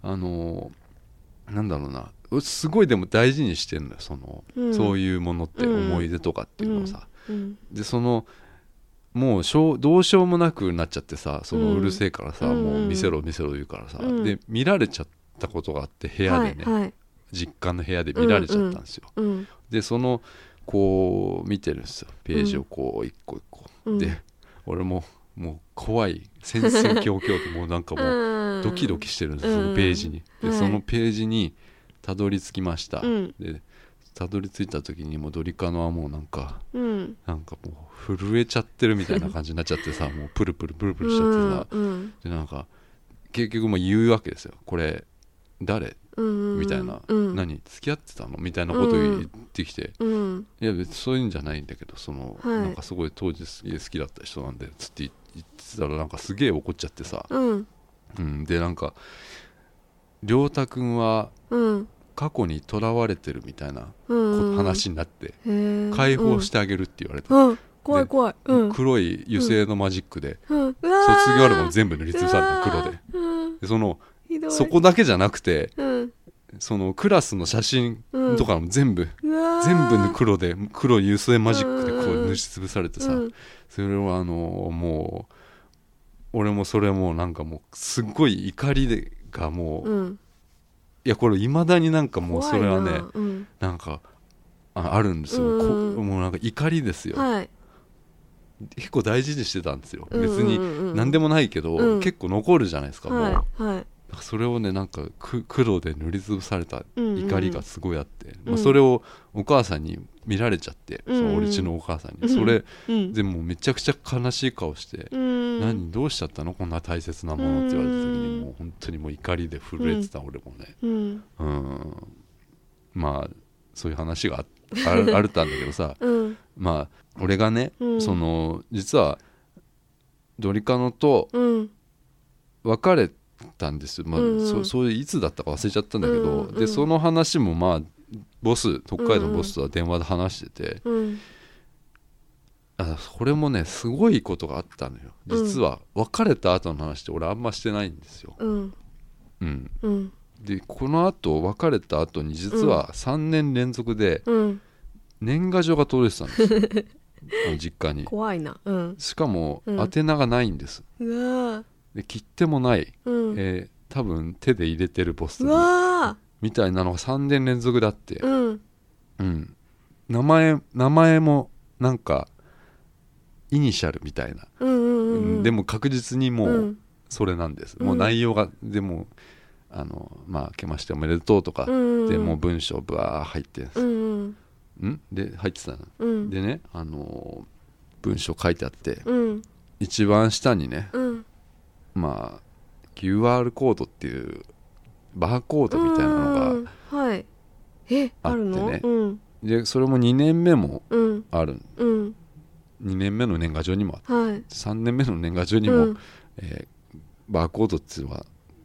なんだろうな、すごいでも大事にしてるのよ、そういうものって思い出とかっていうのをさ、でそのもうどうしようもなくなっちゃってさ、そのうるせえからさ、もう見せろ見せろ言うからさ、で見られちゃったことがあって、部屋でね、実家の部屋で見られちゃったんですよ、でそのこう見てるんですよ、ページをこう一個一個、で俺もう怖い、戦々恐々ともうなんかもうドキドキしてるんですよ、そのページに、でそのページにたどり着きました、でたどり着いた時にもうドリカノはもうなんかもう震えちゃってるみたいな感じになっちゃってさ、もうプルプルプルプルしちゃってさ、でなんか結局もう言うわけですよ、これ誰みたいな、何付き合ってたのみたいなことを言ってきて、いや別にそういうんじゃないんだけど、なんかすごい当時好きだった人なんでつって言ってたら、なんかすげえ怒っちゃってさ、でなんか亮太くんは過去にとらわれてるみたいな話になって、解放してあげるって言われて、 怖い怖い、 黒い油性のマジックで卒業アルバム全部塗りつぶされた、黒で、そこだけじゃなくて、そのクラスの写真とかも全部の黒で、黒い油性マジックでこう塗りつぶされてさ、それはもう俺もそれもなんかもうすっごい怒りがもう、いやこれいまだになんかもうそれはね、なんかあるんですよ、もうなんか怒りですよ、結構大事にしてたんですよ、別に何でもないけど、結構残るじゃないですか、もう、それをねなんか黒で塗りつぶされた怒りがすごいあって、それをお母さんに見られちゃって、その俺ちのお母さんに、それでもうめちゃくちゃ悲しい顔して、何どうしちゃったのこんな大切なものって言われた時に、もう本当にもう怒りで震えてた、俺もね、そういう話があるたんだけどさ、俺がね、その実はドリカノと別れたんですよ、そういういつだったか忘れちゃったんだけど、でその話も北海道のボスとは電話で話してて、これもねすごいことがあったのよ、実は別れた後の話って俺あんましてないんですよ、でこの後別れた後に実は3年連続で年賀状が届いてたんですよ実家に。 怖いな、 しかも宛名がないんです、で切手もない、多分手で入れてるポストにみたいなのが3年連続だって、名前もなんかイニシャルみたいな、でも確実にもうそれなんです、もう内容がでも明けましておめでとうとか、でもう文章ブワー入ってるんです、で入ってたの、でね文章書いてあって、一番下にね、QR コードっていうバーコードみたいなのがあってね、でそれも2年目もある、2年目の年賀状にもあって、3年目の年賀状にも、バーコードっていうのは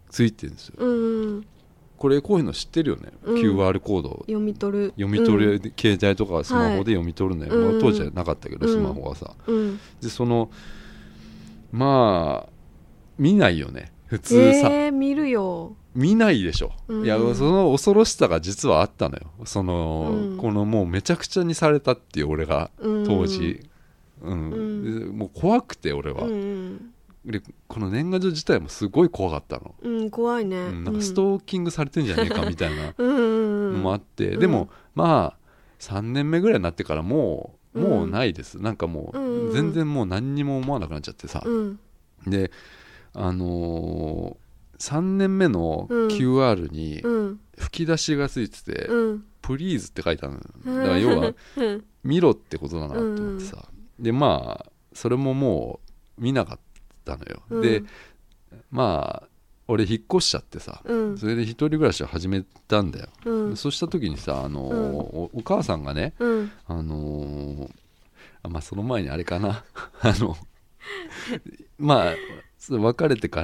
ついてるんですよ、 うん、 これこういうの知ってるよね、うん、QR コード読み取る、 携帯とかスマホで読み取るのよ、はい、当時はなかったけど、スマホはさ、でそのまあ見ないよね普通さ、 見るよ、 見ないでしょ、いやその恐ろしさが実はあったのよ、その、このもうめちゃくちゃにされたっていう俺が当時、もう怖くて俺は、でこの年賀状自体もすごい怖かったの、 怖いね、 なんかストーキングされてんじゃねえかみたいなのもあってでもまあ3年目ぐらいになってからもうないです、なんかもう全然もう何にも思わなくなっちゃってさ、で3年目の QR に吹き出しがついてて、プリーズって書いてあるの、だから要は見ろってことだなと思ってさ、でまあそれももう見なかったのよ、でまあ俺引っ越しちゃってさ、それで一人暮らしを始めたんだよ、そうした時にさお母さんがね、まあその前にあれかなまあ別れてから、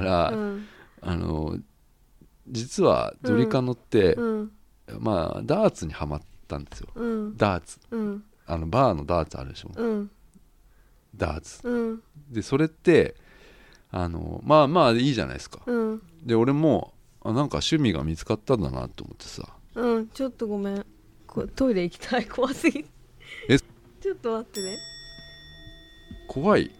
実はドリカノって、まあダーツにはまったんですよ、ダーツ、バーのダーツあるでしょ、ダーツ、でそれってまあまあいいじゃないですか、で俺もなんか趣味が見つかったんだなと思ってさ、 ちょっとごめん、トイレ行きたい、怖すぎちょっと待ってね、 怖い、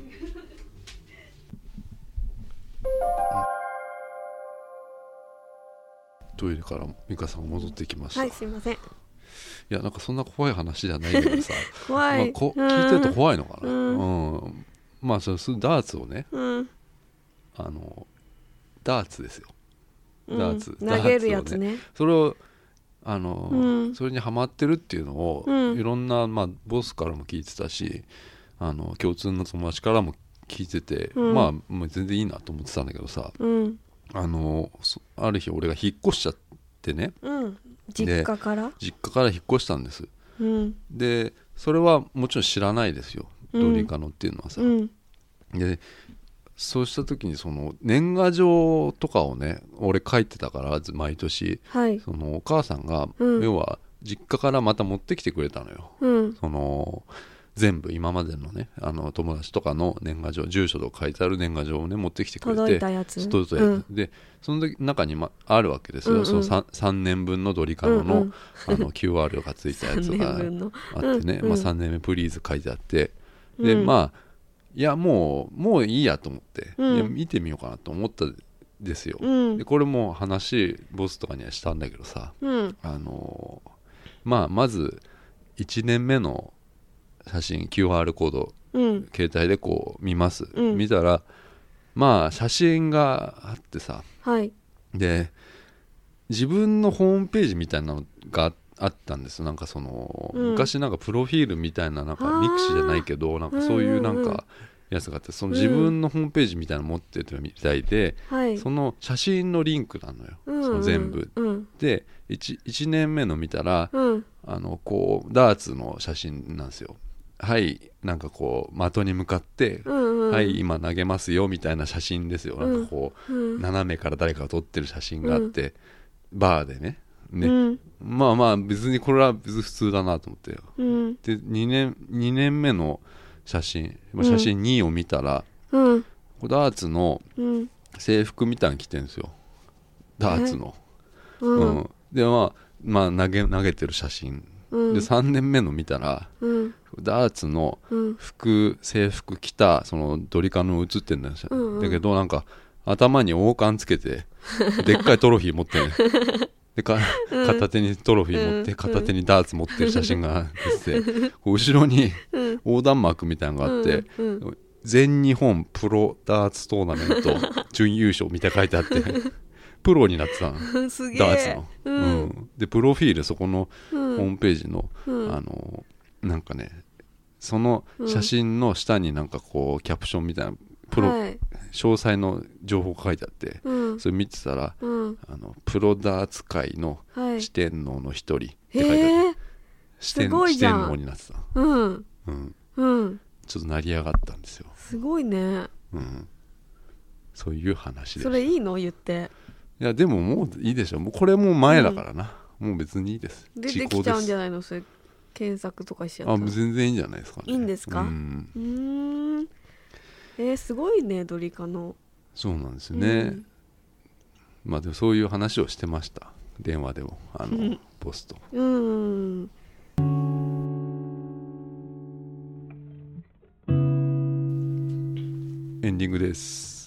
トイレから美香さんが戻ってきました。 はい、すいません。いやなんかそんな怖い話じゃないけどさ怖い、 まあ、聞いてると怖いのかな、まあそのダーツをね、ダーツですよ、ダーツ投げるやつね、 それをそれにハマってるっていうのを、いろんな、まあ、ボスからも聞いてたし共通の友達からも聞いてて、まあもう全然いいなと思ってたんだけどさ、ある日俺が引っ越しちゃってね、 実家から引っ越したんです、でそれはもちろん知らないですよ、ドリカノっていうのはさ、でそうした時にその年賀状とかをね俺書いてたから毎年、そのお母さんが、要は実家からまた持ってきてくれたのよ、その全部今までのね友達とかの年賀状、住所とか書いてある年賀状をね持ってきてくれて、 届いたやつ、 でその中に、あるわけですよ、その 3年分のドリカノの、QR がついたやつがあってね、3年目プリーズ書いてあって、でまあいやもういいやと思って、いや見てみようかなと思ったんですよ、でこれも話ボスとかにはしたんだけどさ、まず1年目の写真 QR コード、携帯でこう見ます、見たらまあ写真があってさ、で自分のホームページみたいなのがあったんですよ、なんかその、昔なんかプロフィールみたいな、なんかミクシーじゃないけどなんかそういうなんかやつがあって、その自分のホームページみたいなの持ってるみたいで、その写真のリンクなのよ、その全部、で 1年目の見たら、こうダーツの写真なんですよ、はいなんかこう的に向かって、はい今投げますよみたいな写真ですよ、なんかこう、斜めから誰かが撮ってる写真があって、バーでね、まあまあ別にこれは普通だなと思って、で2年目の写真2を見たら、ダーツの制服みたいに着てるんですよ、ダーツの、でまあ投げてる写真、で3年目の見たら、ダーツの制服着たそのドリカノ写ってるんだよ、だけどなんか頭に王冠つけてでっかいトロフィー持ってで片手にトロフィー持って、片手にダーツ持ってる写真が出てて、後ろに横断幕みたいなのがあって、全日本プロダーツトーナメント準優勝みたいな書いてあってプロになってたのダーツの、でプロフィールそこのホームページの、なんかねその写真の下になんかこうキャプションみたいな詳細の情報が書いてあって、それ見てたら、プロダーツ界の四天王の一人って書いてあって、四天王になってた、ちょっと成り上がったんですよ、 すごいね、 そういう話でした。 それいいの言って。 いやでももういいでしょ。もうこれもう前だからな、もう別にいいです。 出てきちゃうんじゃないのそれ、検索とかしちゃったら。 全然いいんじゃないですかね。 いいんですか。すごいねドリカノ。 そうなんですね、まあでもそういう話をしてました、電話でもボスと。エンディングです。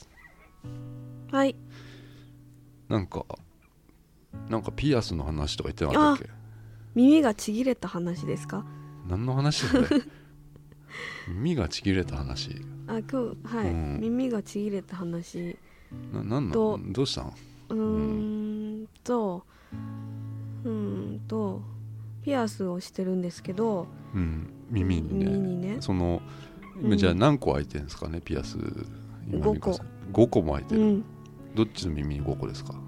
はい。 なんかピアスの話とか言ってなかったっけ。 耳がちぎれた話ですか。 何の話だね耳がちぎれた話。 今日はい、耳がちぎれた話。 なんどうしたんピアスをしてるんですけど、 耳にね。その今じゃあ何個開いてるんですかね、ピアス。 5個。 5個も開いてる、どっちの耳に5個ですか。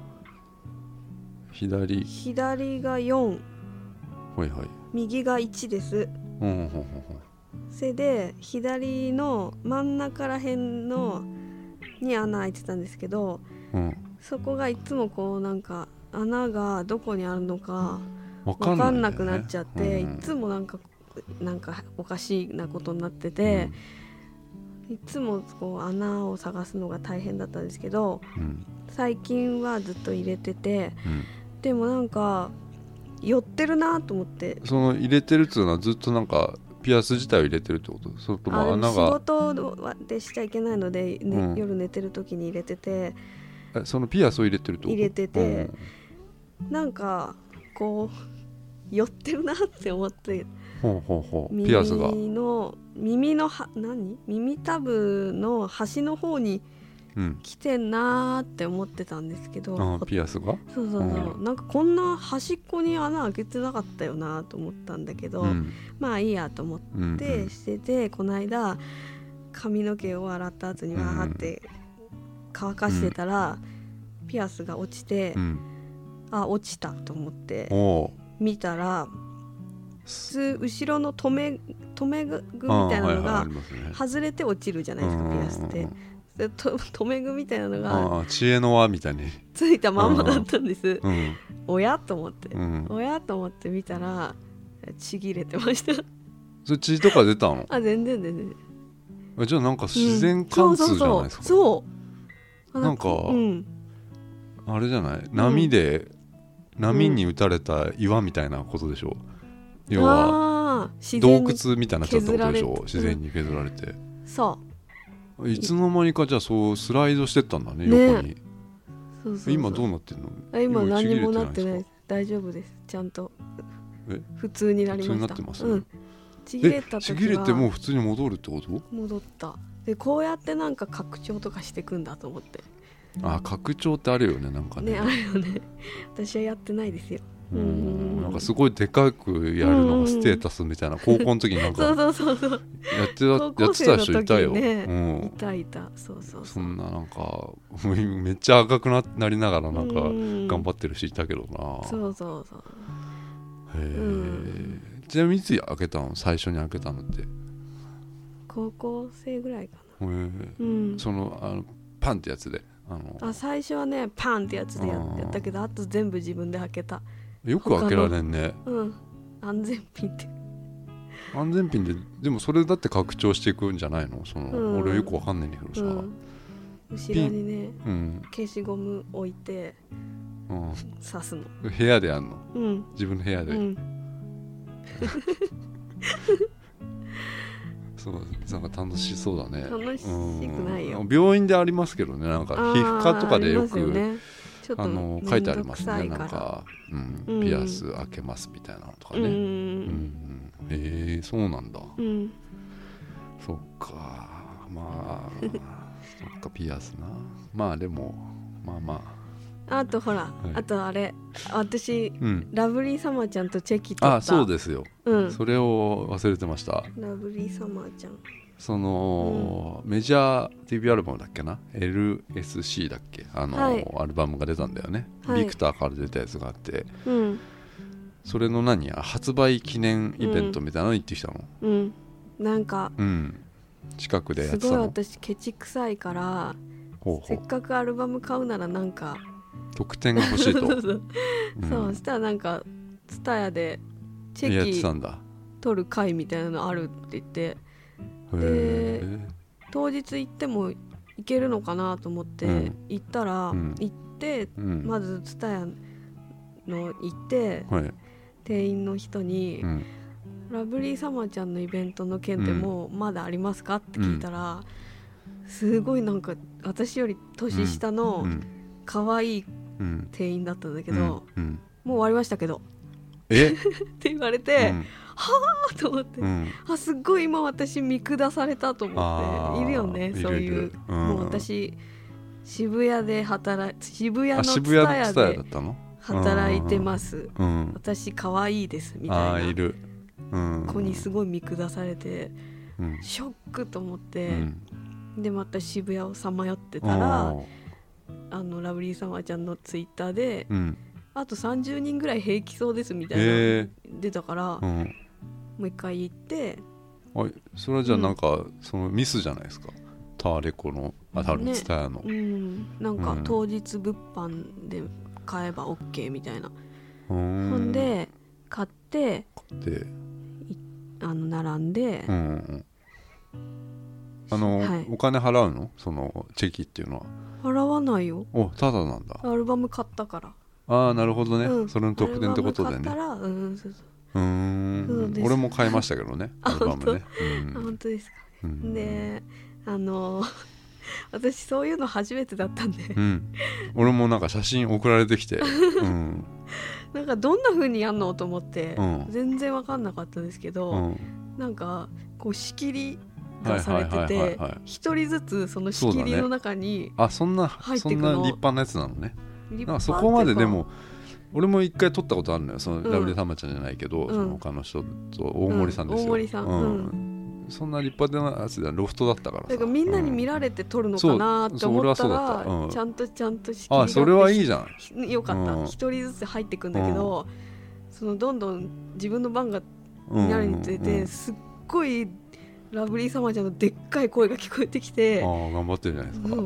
左が4、 はいはい、 右が1です。それで左の真ん中らへんのに穴開いてたんですけど、そこがいつもこうなんか穴がどこにあるのか分かんなくなっちゃって、いつもなんかおかしいなことになってて、いつもこう穴を探すのが大変だったんですけど、最近はずっと入れてて、でもなんか寄ってるなと思って。 その入れてるっていうのはずっとなんかピアス自体を入れてるってこと。それとも穴が。 仕事でしちゃいけないので、夜寝てる時に入れてて。 そのピアスを入れてるってこと。 入れてて、なんかこう寄ってるなって思って。 ピアスが耳たぶの端の方に来てんなーって思ってたんですけど、 ピアスがそうなんかこんな端っこに穴開けてなかったよなと思ったんだけど、まあいいやと思ってしてて、この間髪の毛を洗った後にわーって乾かしてたら、ピアスが落ちて、落ちたと思って見たら、普通後ろの留め具みたいなのが外れて落ちるじゃないですか、ピアスって。留め具みたいなのが知恵の輪みたいについたまんまだったんです。おやと思って、見たらちぎれてました。 それ血とか出たの？ 全然。 じゃあなんか自然貫通じゃないですか。なんかあれじゃない、波に打たれた岩みたいなことでしょ。要は洞窟みたいになっちゃったことでしょ。自然に削られて。いつの間にかじゃあそうスライドしてったんだね、横に。今どうなってんの？ 今何もなってないです。大丈夫です。ちゃんと普通になりました。 普通になってます。 ちぎれた時はちぎれてもう普通に戻るってこと？ 戻った。でこうやってなんか拡張とかしてくんだと思って。 拡張ってあるよね、なんかね。 あるよね。私はやってないですよ。 なんかすごいでかくやるのがステータスみたいな、高校の時になんかやってた人いたよ。 いた。 そんななんかめっちゃ赤くなりながらなんか頑張ってる人いたけどな。ちなみにいつ開けたの？最初に開けたのって。 高校生ぐらいかな。 そのパンってやつで。 最初はねパンってやつでやったけど、あと全部自分で開けた。 よく開けられんね。 安全ピンって。 安全ピンで、でもそれだって拡張していくんじゃないの？俺よくわかんないんだけどさ。 後ろにね、消しゴム置いて刺すの。 部屋でやんの？自分の部屋で。なんか楽しそうだね。 楽しくないよ。 病院でありますけどね、なんか皮膚科とかでよく書いてありますね。なんかピアス開けますみたいなのとかね。そうなんだ。そっか、まあそっか、ピアスな。まあでもまああとほら、あとあれ、私ラブリーサマーちゃんとチェキ撮った。 そうですよ。それを忘れてました。 ラブリーサマーちゃん、 そのメジャーデビューアルバムだっけな、 LSC だっけ、アルバムが出たんだよね。ビクターから出たやつがあって、それの発売記念イベントみたいなの行ってきたの。 なんか近くでやってたの。 すごい私ケチくさいからせっかくアルバム買うならなんか特典が欲しいとそうそしたらなんかTSUTAYAでチェキ取る会みたいなのあるって言ってで当日行っても行けるのかなと思って行ったら、行って、まずTSUTAYAの行って、店員の人に、ラブリーサマーちゃんのイベントの件でもまだありますかって聞いたら、すごいなんか私より年下の可愛い店員だったんだけど、もう終わりましたけどって言われて、はぁと思って、すっごい今私見下されたと思って。いるよねそういう、もう私渋谷のTSUTAYAで働いてます、私可愛いですみたいな子にすごい見下されて、ショックと思って、でまた渋谷をさまよってたらラブリーサマーちゃんのツイッターで、あと30人ぐらい平気そうですみたいな出たから、もう一回行って、 それはじゃあなんか、そのミスじゃないですか、タワレコのTSUTAYAの、 なんか当日物販で買えば OK みたいな、ほんで買って並んで、 お金払うの？そのチェキっていうのは払わないよ。 ただなんだ。 アルバム買ったから。 なるほどね、それの特典ってことでね。 アルバム買ったら、 俺も買いましたけどねアルバムね。 本当ですか。で私そういうの初めてだったんで、 俺もなんか写真送られてきて、 なんかどんな風にやんのと思って、全然分かんなかったんですけど、なんかこう仕切りがされてて、一人ずつその仕切りの中にそんな立派なやつなのね。 なんかそこまででも俺も一回撮ったことあるのよ、そのラブリーサマーちゃんじゃないけど、その他の人と大森さんですよ。 大森さん、 そんな立派なやつでロフトだったからさ。 だからみんなに見られて撮るのかなって思ったら、ちゃんと仕切りがあって、 それはいいじゃん。 よかった。一人ずつ入ってくんだけど、そのどんどん自分の番がなるにつれて、すっごいラブリーサマーちゃんのでっかい声が聞こえてきて、 頑張ってるじゃないですか。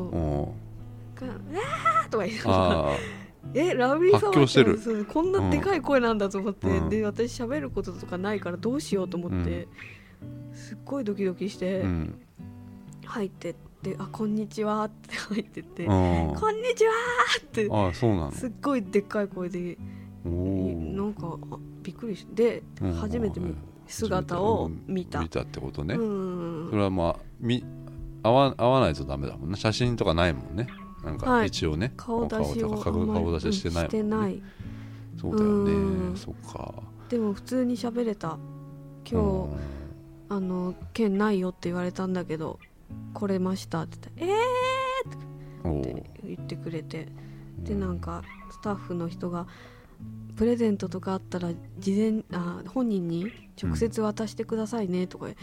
とか言うラブリーサマーちゃんこんなでかい声なんだと思って、で私喋ることとかないからどうしようと思って、すっごいドキドキして入ってって、こんにちはって入ってって、こんにちはって、 そうなの。 すっごいでっかい声で、なんかびっくりして、初めて姿を見たってことね。それはまあ合わないとダメだもんね。写真とかないもんね。なんか一応ね、 顔出しを顔出ししてない。そうだよね。そっか。 でも普通に喋れた。今日券ないよって言われたんだけど来れましたって言ったらって言ってくれて、でなんかスタッフの人がプレゼントとかあったら本人に直接渡してくださいねとか言って、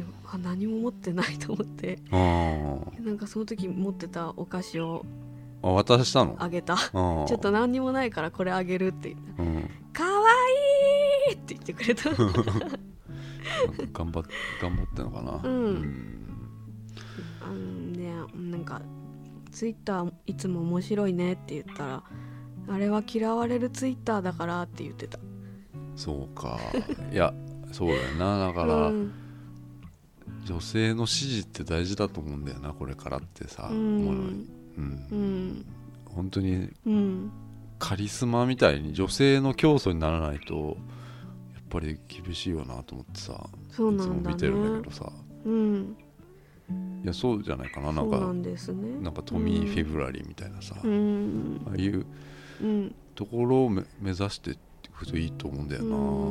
何も持ってないと思って、なんかその時持ってたお菓子を渡したの？ あげた。ちょっと何にもないからこれあげるって言った、かわいいって言ってくれた。 頑張ってんのかな。 なんかツイッターいつも面白いねって言ったら、あれは嫌われるツイッターだからって言ってた。 そうか。いやそうだよな。だから、女性の支持って大事だと思うんだよな、これからってさ。本当に、カリスマみたいに女性の競争にならないとやっぱり厳しいよなと思ってさ、 そうなんだね、 いつも見てるんだけどさ、いやそうじゃないかな。なんか、そうなんですね。なんかトミー・フェブラリーみたいなさ、ああいうところを目指していくといいと思うんだよ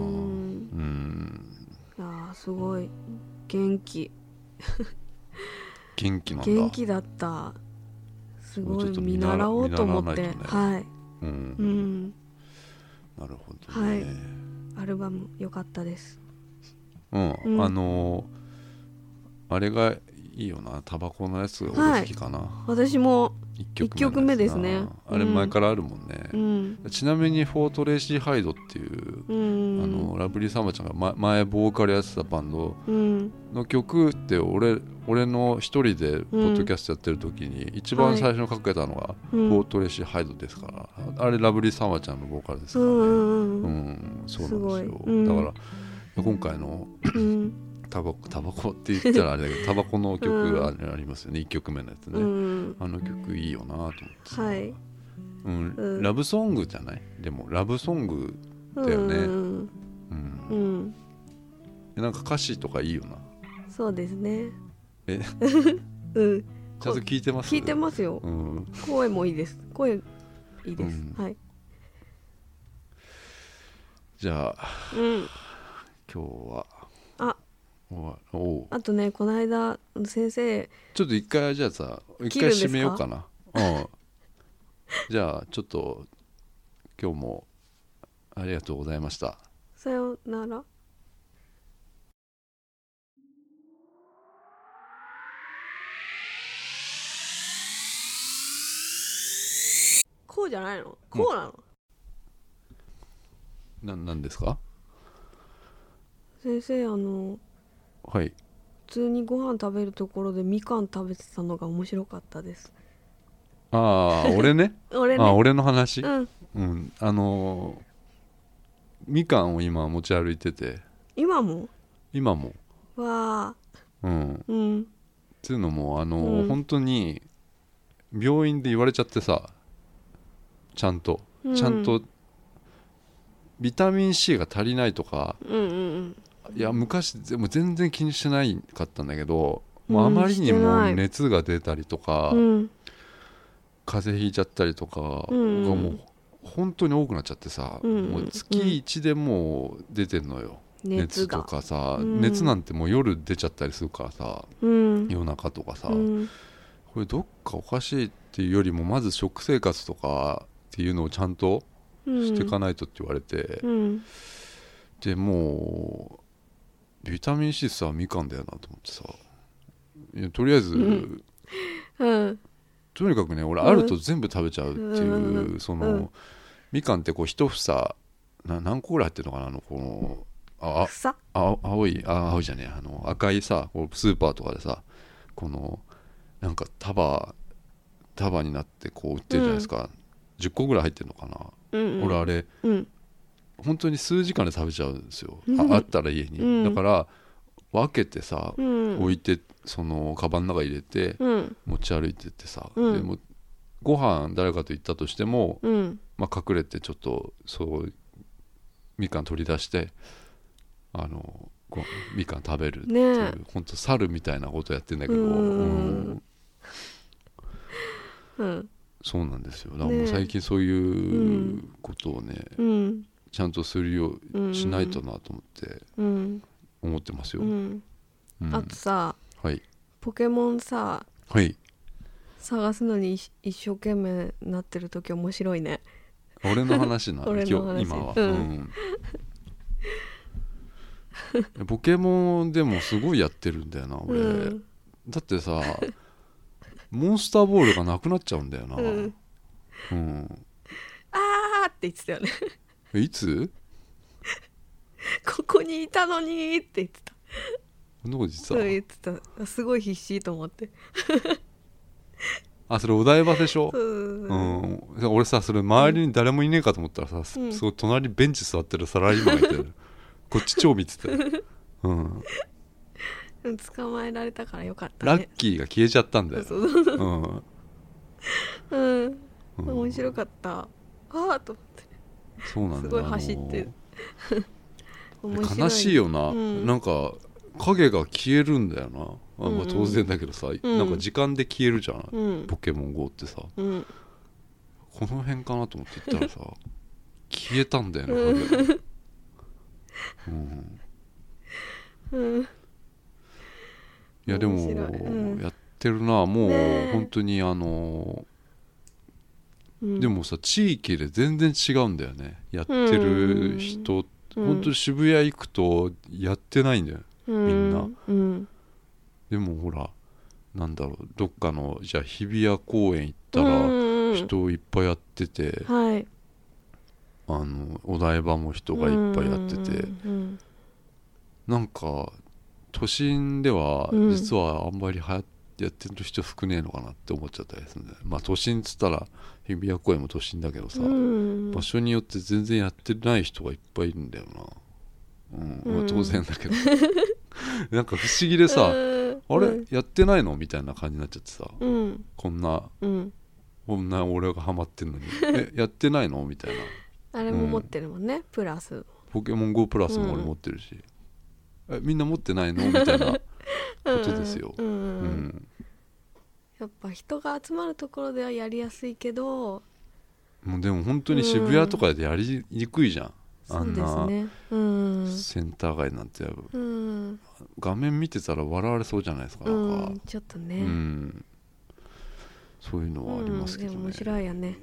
な。すごい元気元気なんだ。 元気だった。すごい見習おうと思って、はい。 なるほどね。 アルバム良かったです。 あれがいいよな。タバコのやつが俺好きかな。 私も1曲目ですね。 あれ前からあるもんね。ちなみにフォートレーシーハイドっていうラブリーサンバちゃんが、前ボーカルやってたバンドの曲って俺の一人でポッドキャストやってる時に一番最初にかけたのがポートレシー・ハイドですから、あれラブリーサンバちゃんのボーカルですからね。そうなんですよ。だから今回のタバコって言ったらあれだけどタバコの曲がありますよね、1曲目のやつね。あの曲いいよなと思ってさ、ラブソングじゃない？でもラブソングだよね。なんか歌詞とかいいよな。 そうですね。 ちゃんと聞いてます？ 聞いてますよ。声もいいです。声いいです。はい。 じゃあ今日はあとね、この間先生ちょっと一回じゃあさ、一回締めようかな。じゃあちょっと今日もありがとうございました。 さようなら。こうじゃないの？こうなの？ なんですか？ 先生はい。 普通にご飯食べるところでみかん食べてたのが面白かったです。 俺ね。俺の話。みかんを今持ち歩いてて。今もわっていうのも本当に病院で言われちゃってさ、ちゃんとビタミン C が足りないとか、いや昔も全然気にしてないかったんだけど、もうあまりにも熱が出たりとか、風邪ひいちゃったりとかがもう本当に多くなっちゃってさ、もう月1でもう出てんのよ、熱とかさ、熱なんてもう夜出ちゃったりするからさ、夜中とかさ、これどっかおかしいっていうよりもまず食生活とかっていうのをちゃんとしていかないとって言われて、でもうビタミン C さみかんだよなと思ってさ、いやとりあえず、とにかくね俺あると全部食べちゃうっていう、そのみかんってこう一房何個ぐらい入ってるのかな、この青いじゃねえ、赤いさ、こうスーパーとかでさ、このなんか束になってこう売ってるじゃないですか、10個ぐらい入ってるのかな、俺あれ、本当に数時間で食べちゃうんですよ、あったら家に、だから分けてさ、置いてそのカバンの中入れて、持ち歩いてってさ、でもご飯誰かと行ったとしても、隠れてちょっとそうみかん取り出してみかん食べるっていう、本当猿みたいなことやってんだけど、そうなんですよ。だからもう最近そういうことをね、ちゃんとするようしないとなと思って思ってますよ。 あとさ、ポケモンさ、探すのに一生懸命なってる時面白いね。 俺の話な今は、ポケモンでもすごいやってるんだよな俺、だってさモンスターボールがなくなっちゃうんだよな。あーって言ってたよね。 いつ？ ここにいたのにって言ってた。 こんなこと言ってた。すごい必死と思って。 それお台場でしょ。俺さそれ周りに誰もいねえかと思ったらさ、すごい隣にベンチ座ってるサラリーマンがいてこっち超見てたよ。 捕まえられたからよかったね。 ラッキーが消えちゃったんだよ。 面白かった。と思って。 そうなんだよ。 すごい走って面白い。悲しいよな、なんか影が消えるんだよな。当然だけどさ、なんか時間で消えるじゃん、ポケモン GO ってさ、この辺かなと思って言ったらさ消えたんだよね、影が。いやでも、やってるな、もう本当にでもさ地域で全然違うんだよね、やってる人、本当に渋谷行くとやってないんだよ、みんな。でもほらなんだろう、どっかのじゃあ日比谷公園行ったら人いっぱいやってて、 お台場も人がいっぱいやってて、なんか都心では実はあんまりやってる人少ねえのかなって思っちゃったりするんで、まあ都心っつったら日比谷公園も都心だけどさ、場所によって全然やってない人がいっぱいいるんだよな。まあ、当然だけどなんか不思議でさ、あれやってないのみたいな感じになっちゃってさ、こんな俺がハマってんのにやってないのみたいな。 あれも持ってるもんね、プラスポケモン GO プラスも俺持ってるし、みんな持ってないのみたいなことですよ。 やっぱ人が集まるところではやりやすいけど、 もうでも本当に渋谷とかでやりにくいじゃん、あんなセンター街なんてやる、画面見てたら笑われそうじゃないですか、なんかちょっとね、 そういうのはありますけどね。 でも面白いよね。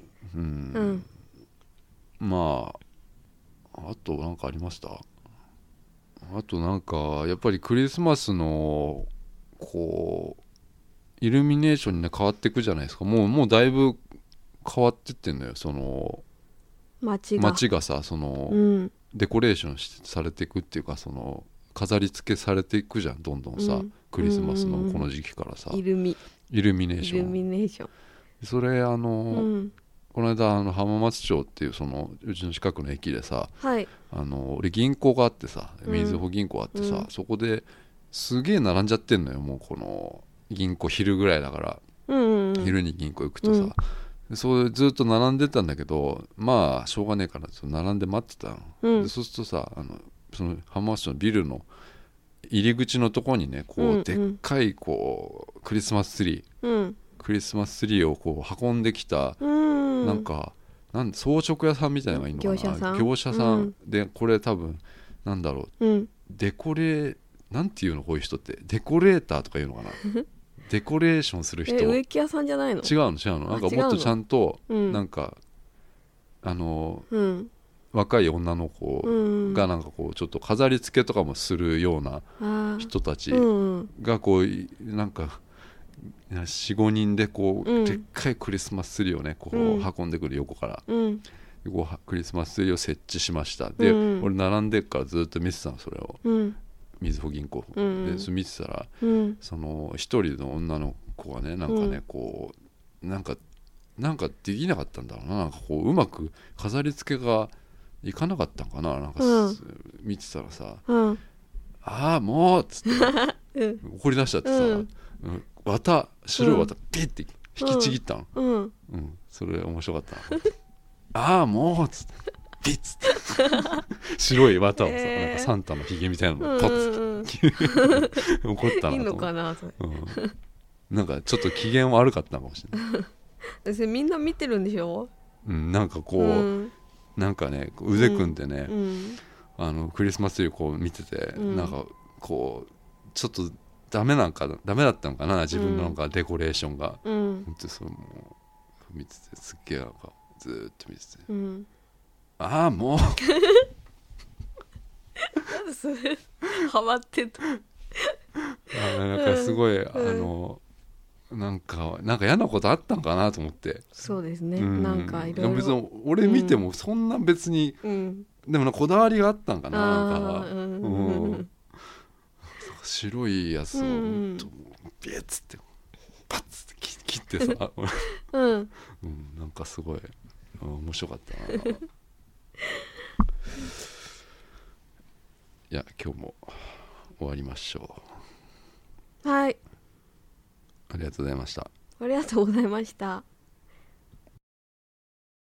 まああとなんかありました？あとなんかやっぱりクリスマスのこうイルミネーションにね変わっていくじゃないですか。もうだいぶ変わってってんのよ、その街がさ、その、デコレーションされていくっていうか、その飾り付けされていくじゃん、どんどんさ、クリスマスのこの時期からさ、イルミネーション。それこの間浜松町っていうそのうちの近くの駅でさ、俺銀行があってさ、みずほ銀行あってさ、そこですげえ並んじゃってんのよ。もうこの銀行昼ぐらいだから、昼に銀行行くとさ、そうずっと並んでたんだけど、まあしょうがねえから並んで待ってたの、でそうするとさ、その浜松町のビルの入り口のところにね、こうでっかいこうクリスマスツリーをこう運んできた、なんか装飾屋さんみたいなのがいるのかな、業者さんで、これ多分なんだろう、デコレなんていうのこういう人って、デコレーターとかいうのかなデコレーションする人。 植木屋さんじゃないの？ 違うのなんかもっとちゃんと、なんか若い女の子がなんかこうちょっと飾り付けとかもするような人たちがこうなんか 4,5 人でこうでっかいクリスマスツリーをねこう運んでくる、横からこうクリスマスツリーを設置しました。で俺並んでっからずっと見てたの、それをみずほ銀行で見てたら、その一人の女の子がね、なんかねこうなんかできなかったんだろうな、なんかこううまく飾り付けがいかなかったんかな、なんか見てたらさ、ああもうっつって怒り出しちゃってさ、白い綿ピッて引きちぎったの。それ面白かったああもうっつってピッつって白い綿をさ、なんかサンタのひげみたいなのポッつって怒ったなと思って。いいのかなそれ、なんかちょっと機嫌悪かったのかもしれないそれみんな見てるんでしょ。 なんかこう、なんかね腕組んでね、クリスマスツリーこう見てて、なんかこうちょっとダメだったのかな、自分のなんかデコレーションが、本当にそれも見ててすっげえなんかずーっと見てて、ああもうそれハマってたなんかすごい、なんか嫌なことあったんかなと思って。 そうですね、なんかいろいろ別に俺見てもそんな別に、でもこだわりがあったんかな、なんか白いやつをビエッつってパッつって切ってさなんかすごい面白かったな。いや今日も終わりましょう。 はい、 ありがとうございました。 ありがとうございました。